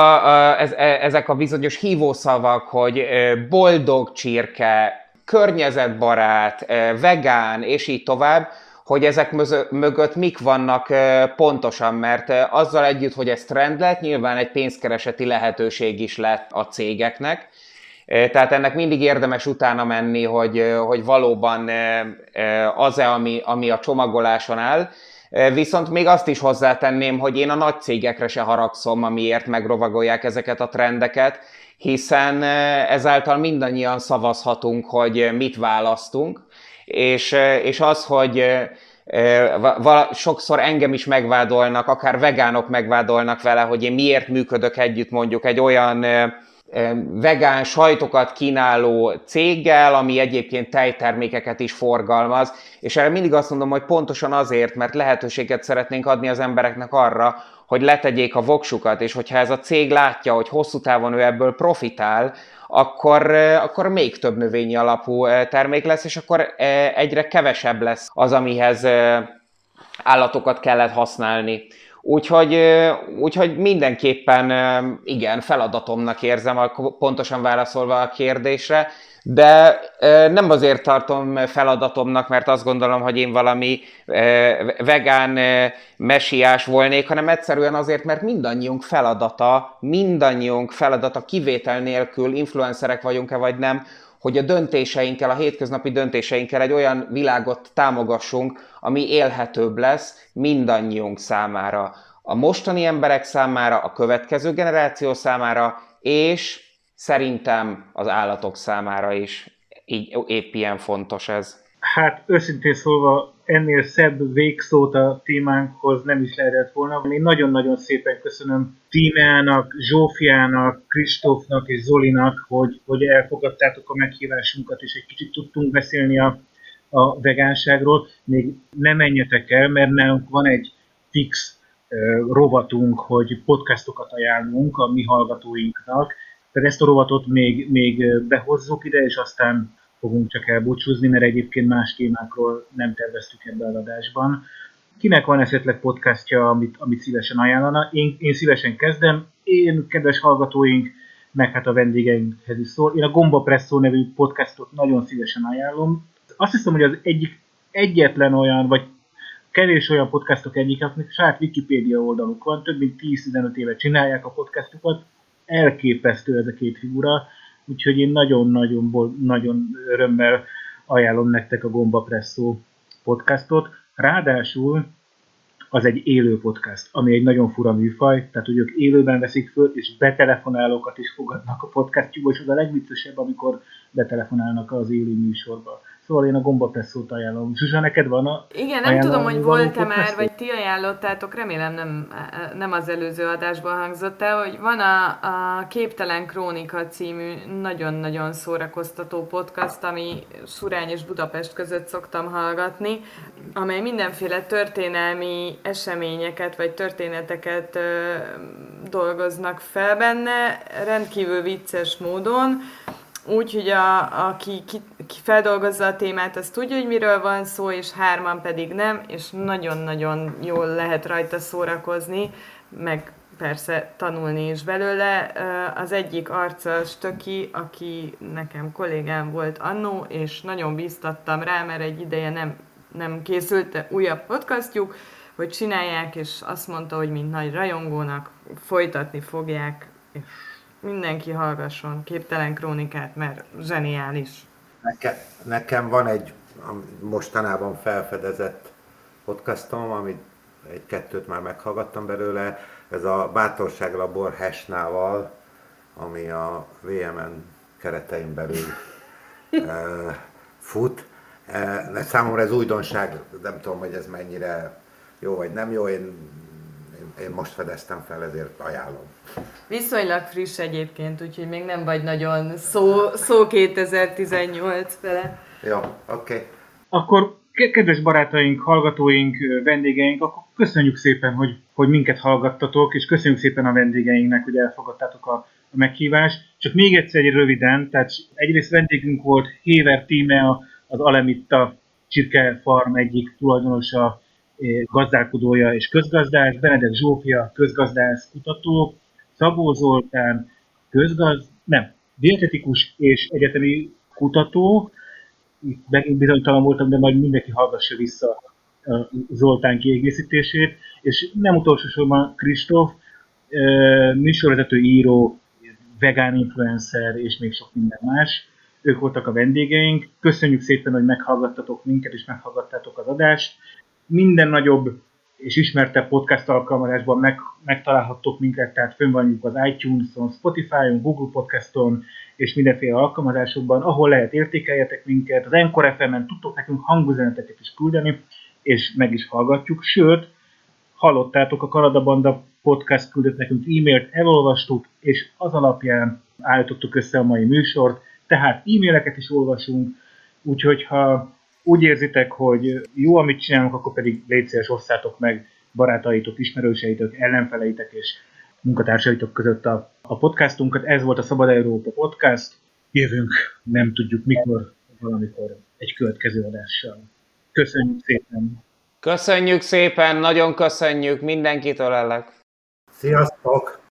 ezek a bizonyos hívószavak, hogy boldog csirke, környezetbarát, vegán, és így tovább, hogy ezek mögött mik vannak pontosan, mert azzal együtt, hogy ez trend lett, nyilván egy pénzkereseti lehetőség is lett a cégeknek. Tehát ennek mindig érdemes utána menni, hogy valóban az-e, ami a csomagoláson áll. Viszont még azt is hozzátenném, hogy én a nagy cégekre se haragszom, amiért megrovagolják ezeket a trendeket, hiszen ezáltal mindannyian szavazhatunk, hogy mit választunk, és az, hogy sokszor engem is megvádolnak, akár vegánok megvádolnak vele, hogy én miért működök együtt mondjuk egy olyan vegán sajtokat kínáló céggel, ami egyébként tejtermékeket is forgalmaz, és erre mindig azt mondom, hogy pontosan azért, mert lehetőséget szeretnénk adni az embereknek arra, hogy letegyék a voksukat, és hogyha ez a cég látja, hogy hosszú távon ő ebből profitál, akkor még több növényi alapú termék lesz, és akkor egyre kevesebb lesz az, amihez állatokat kellett használni. Úgyhogy mindenképpen igen, feladatomnak érzem, pontosan válaszolva a kérdésre, de nem azért tartom feladatomnak, mert azt gondolom, hogy én valami vegán messiás volnék, hanem egyszerűen azért, mert mindannyiunk feladata kivétel nélkül, influencerek vagyunk-e vagy nem, hogy a döntéseinkkel, a hétköznapi döntéseinkkel egy olyan világot támogassunk, ami élhetőbb lesz mindannyiunk számára. A mostani emberek számára, a következő generáció számára, és szerintem az állatok számára is. Így épp ilyen fontos ez. Hát őszintén szólva ennél szebb végszót a témánkhoz nem is lehetett volna. Én nagyon-nagyon szépen köszönöm Tímeának, Zsófiának, Kristófnak és Zolinak, hogy elfogadtátok a meghívásunkat, és egy kicsit tudtunk beszélni a vegánságról. Még ne menjetek el, mert nálunk van egy fix rovatunk, hogy podcastokat ajánlunk a mi hallgatóinknak. Tehát ezt a rovatot még behozzuk ide, és aztán fogunk csak elbúcsúzni, mert egyébként más témákról nem terveztük ebben az adásban. Kinek van esetleg podcastja, amit szívesen ajánlana? Én szívesen kezdem. Én, kedves hallgatóink, meg hát a vendégeinkhez is szól. Én a Gomba Presszó nevű podcastot nagyon szívesen ajánlom. Azt hiszem, hogy az egyetlen olyan, vagy kevés olyan podcastok egyik, akiknek saját Wikipédia oldaluk van, több mint 10-15 éve csinálják a podcastokat. Elképesztő ez a két figura, úgyhogy én nagyon örömmel ajánlom nektek a Gomba Presszó podcastot. Ráadásul az egy élő podcast, ami egy nagyon fura műfaj, tehát hogy ők élőben veszik föl, és betelefonálókat is fogadnak a podcastjukba, és az a legviccesebb, amikor betelefonálnak az élő műsorba. Szóval én a Gomba Presszót ajánlom. Zsuzsa, neked van Igen, nem tudom, hogy volt-e már, vagy ti ajánlottátok, remélem nem az előző adásban hangzott el, hogy van a Képtelen Krónika című nagyon-nagyon szórakoztató podcast, ami Surány és Budapest között szoktam hallgatni, amely mindenféle történelmi eseményeket vagy történeteket dolgoznak fel benne, rendkívül vicces módon. Úgyhogy aki feldolgozza a témát, az tudja, hogy miről van szó, és hárman pedig nem, és nagyon-nagyon jól lehet rajta szórakozni, meg persze tanulni is belőle. Az egyik arca Stöki, aki nekem kollégám volt annó, és nagyon bíztattam rá, mert egy ideje nem készült újabb podcastjuk, hogy csinálják, és azt mondta, hogy mint nagy rajongónak folytatni fogják, és mindenki hallgasson Képtelen Krónikát, mert zseniális. Nekem van egy mostanában felfedezett podcastom, amit egy-kettőt már meghallgattam belőle, ez a Bátorság Labor Hesnával, ami a VMN keretein belül fut. Számomra ez újdonság, nem tudom, hogy ez mennyire jó vagy nem jó, én most fedeztem fel, ezért ajánlom. Viszonylag friss egyébként, úgyhogy még nem vagy nagyon szó 2018 vele. Jó, oké. Akkor kedves barátaink, hallgatóink, vendégeink, akkor köszönjük szépen, hogy minket hallgattatok, és köszönjük szépen a vendégeinknek, hogy elfogadtátok a meghívást. Csak még egyszer röviden, tehát egyrészt vendégünk volt Héver Tíme, az Alemitta csirkefarm egyik tulajdonosa, gazdálkodója és közgazdász, Benedek Zsófia, közgazdász, kutató, Szabó Zoltán, dietetikus és egyetemi kutató. Itt megint bizonytalan voltam, de majd mindenki hallgassa vissza Zoltán kiegészítését. És nem utolsó sorban Kristóf, műsorvezető, író, vegán influencer és még sok minden más. Ők voltak a vendégeink. Köszönjük szépen, hogy meghallgattatok minket és meghallgattátok az adást. Minden nagyobb és ismertebb podcast alkalmazásban megtalálhattok minket, tehát fönn vagyunk az iTunes-on, Spotify-on, Google Podcaston és mindenféle alkalmazásokban, ahol lehet értékeljetek minket. Az Encore FM-en tudtok nekünk hangüzeneteket is küldeni, és meg is hallgatjuk. Sőt, hallottátok, a Kanada Banda podcast küldött nekünk e-mailt, elolvastuk, és az alapján állítottuk össze a mai műsort, tehát e-maileket is olvasunk, úgyhogy ha úgy érzitek, hogy jó, amit csinálunk, akkor pedig légy szíves, osszátok meg barátaitok, ismerőseitek, ellenfeleitek és munkatársaitok között a podcastunkat. Ez volt a Szabad Európa Podcast. Jövünk, nem tudjuk mikor, valamikor egy következő adással. Köszönjük szépen! Köszönjük szépen, nagyon köszönjük, mindenkit ölellek! Sziasztok!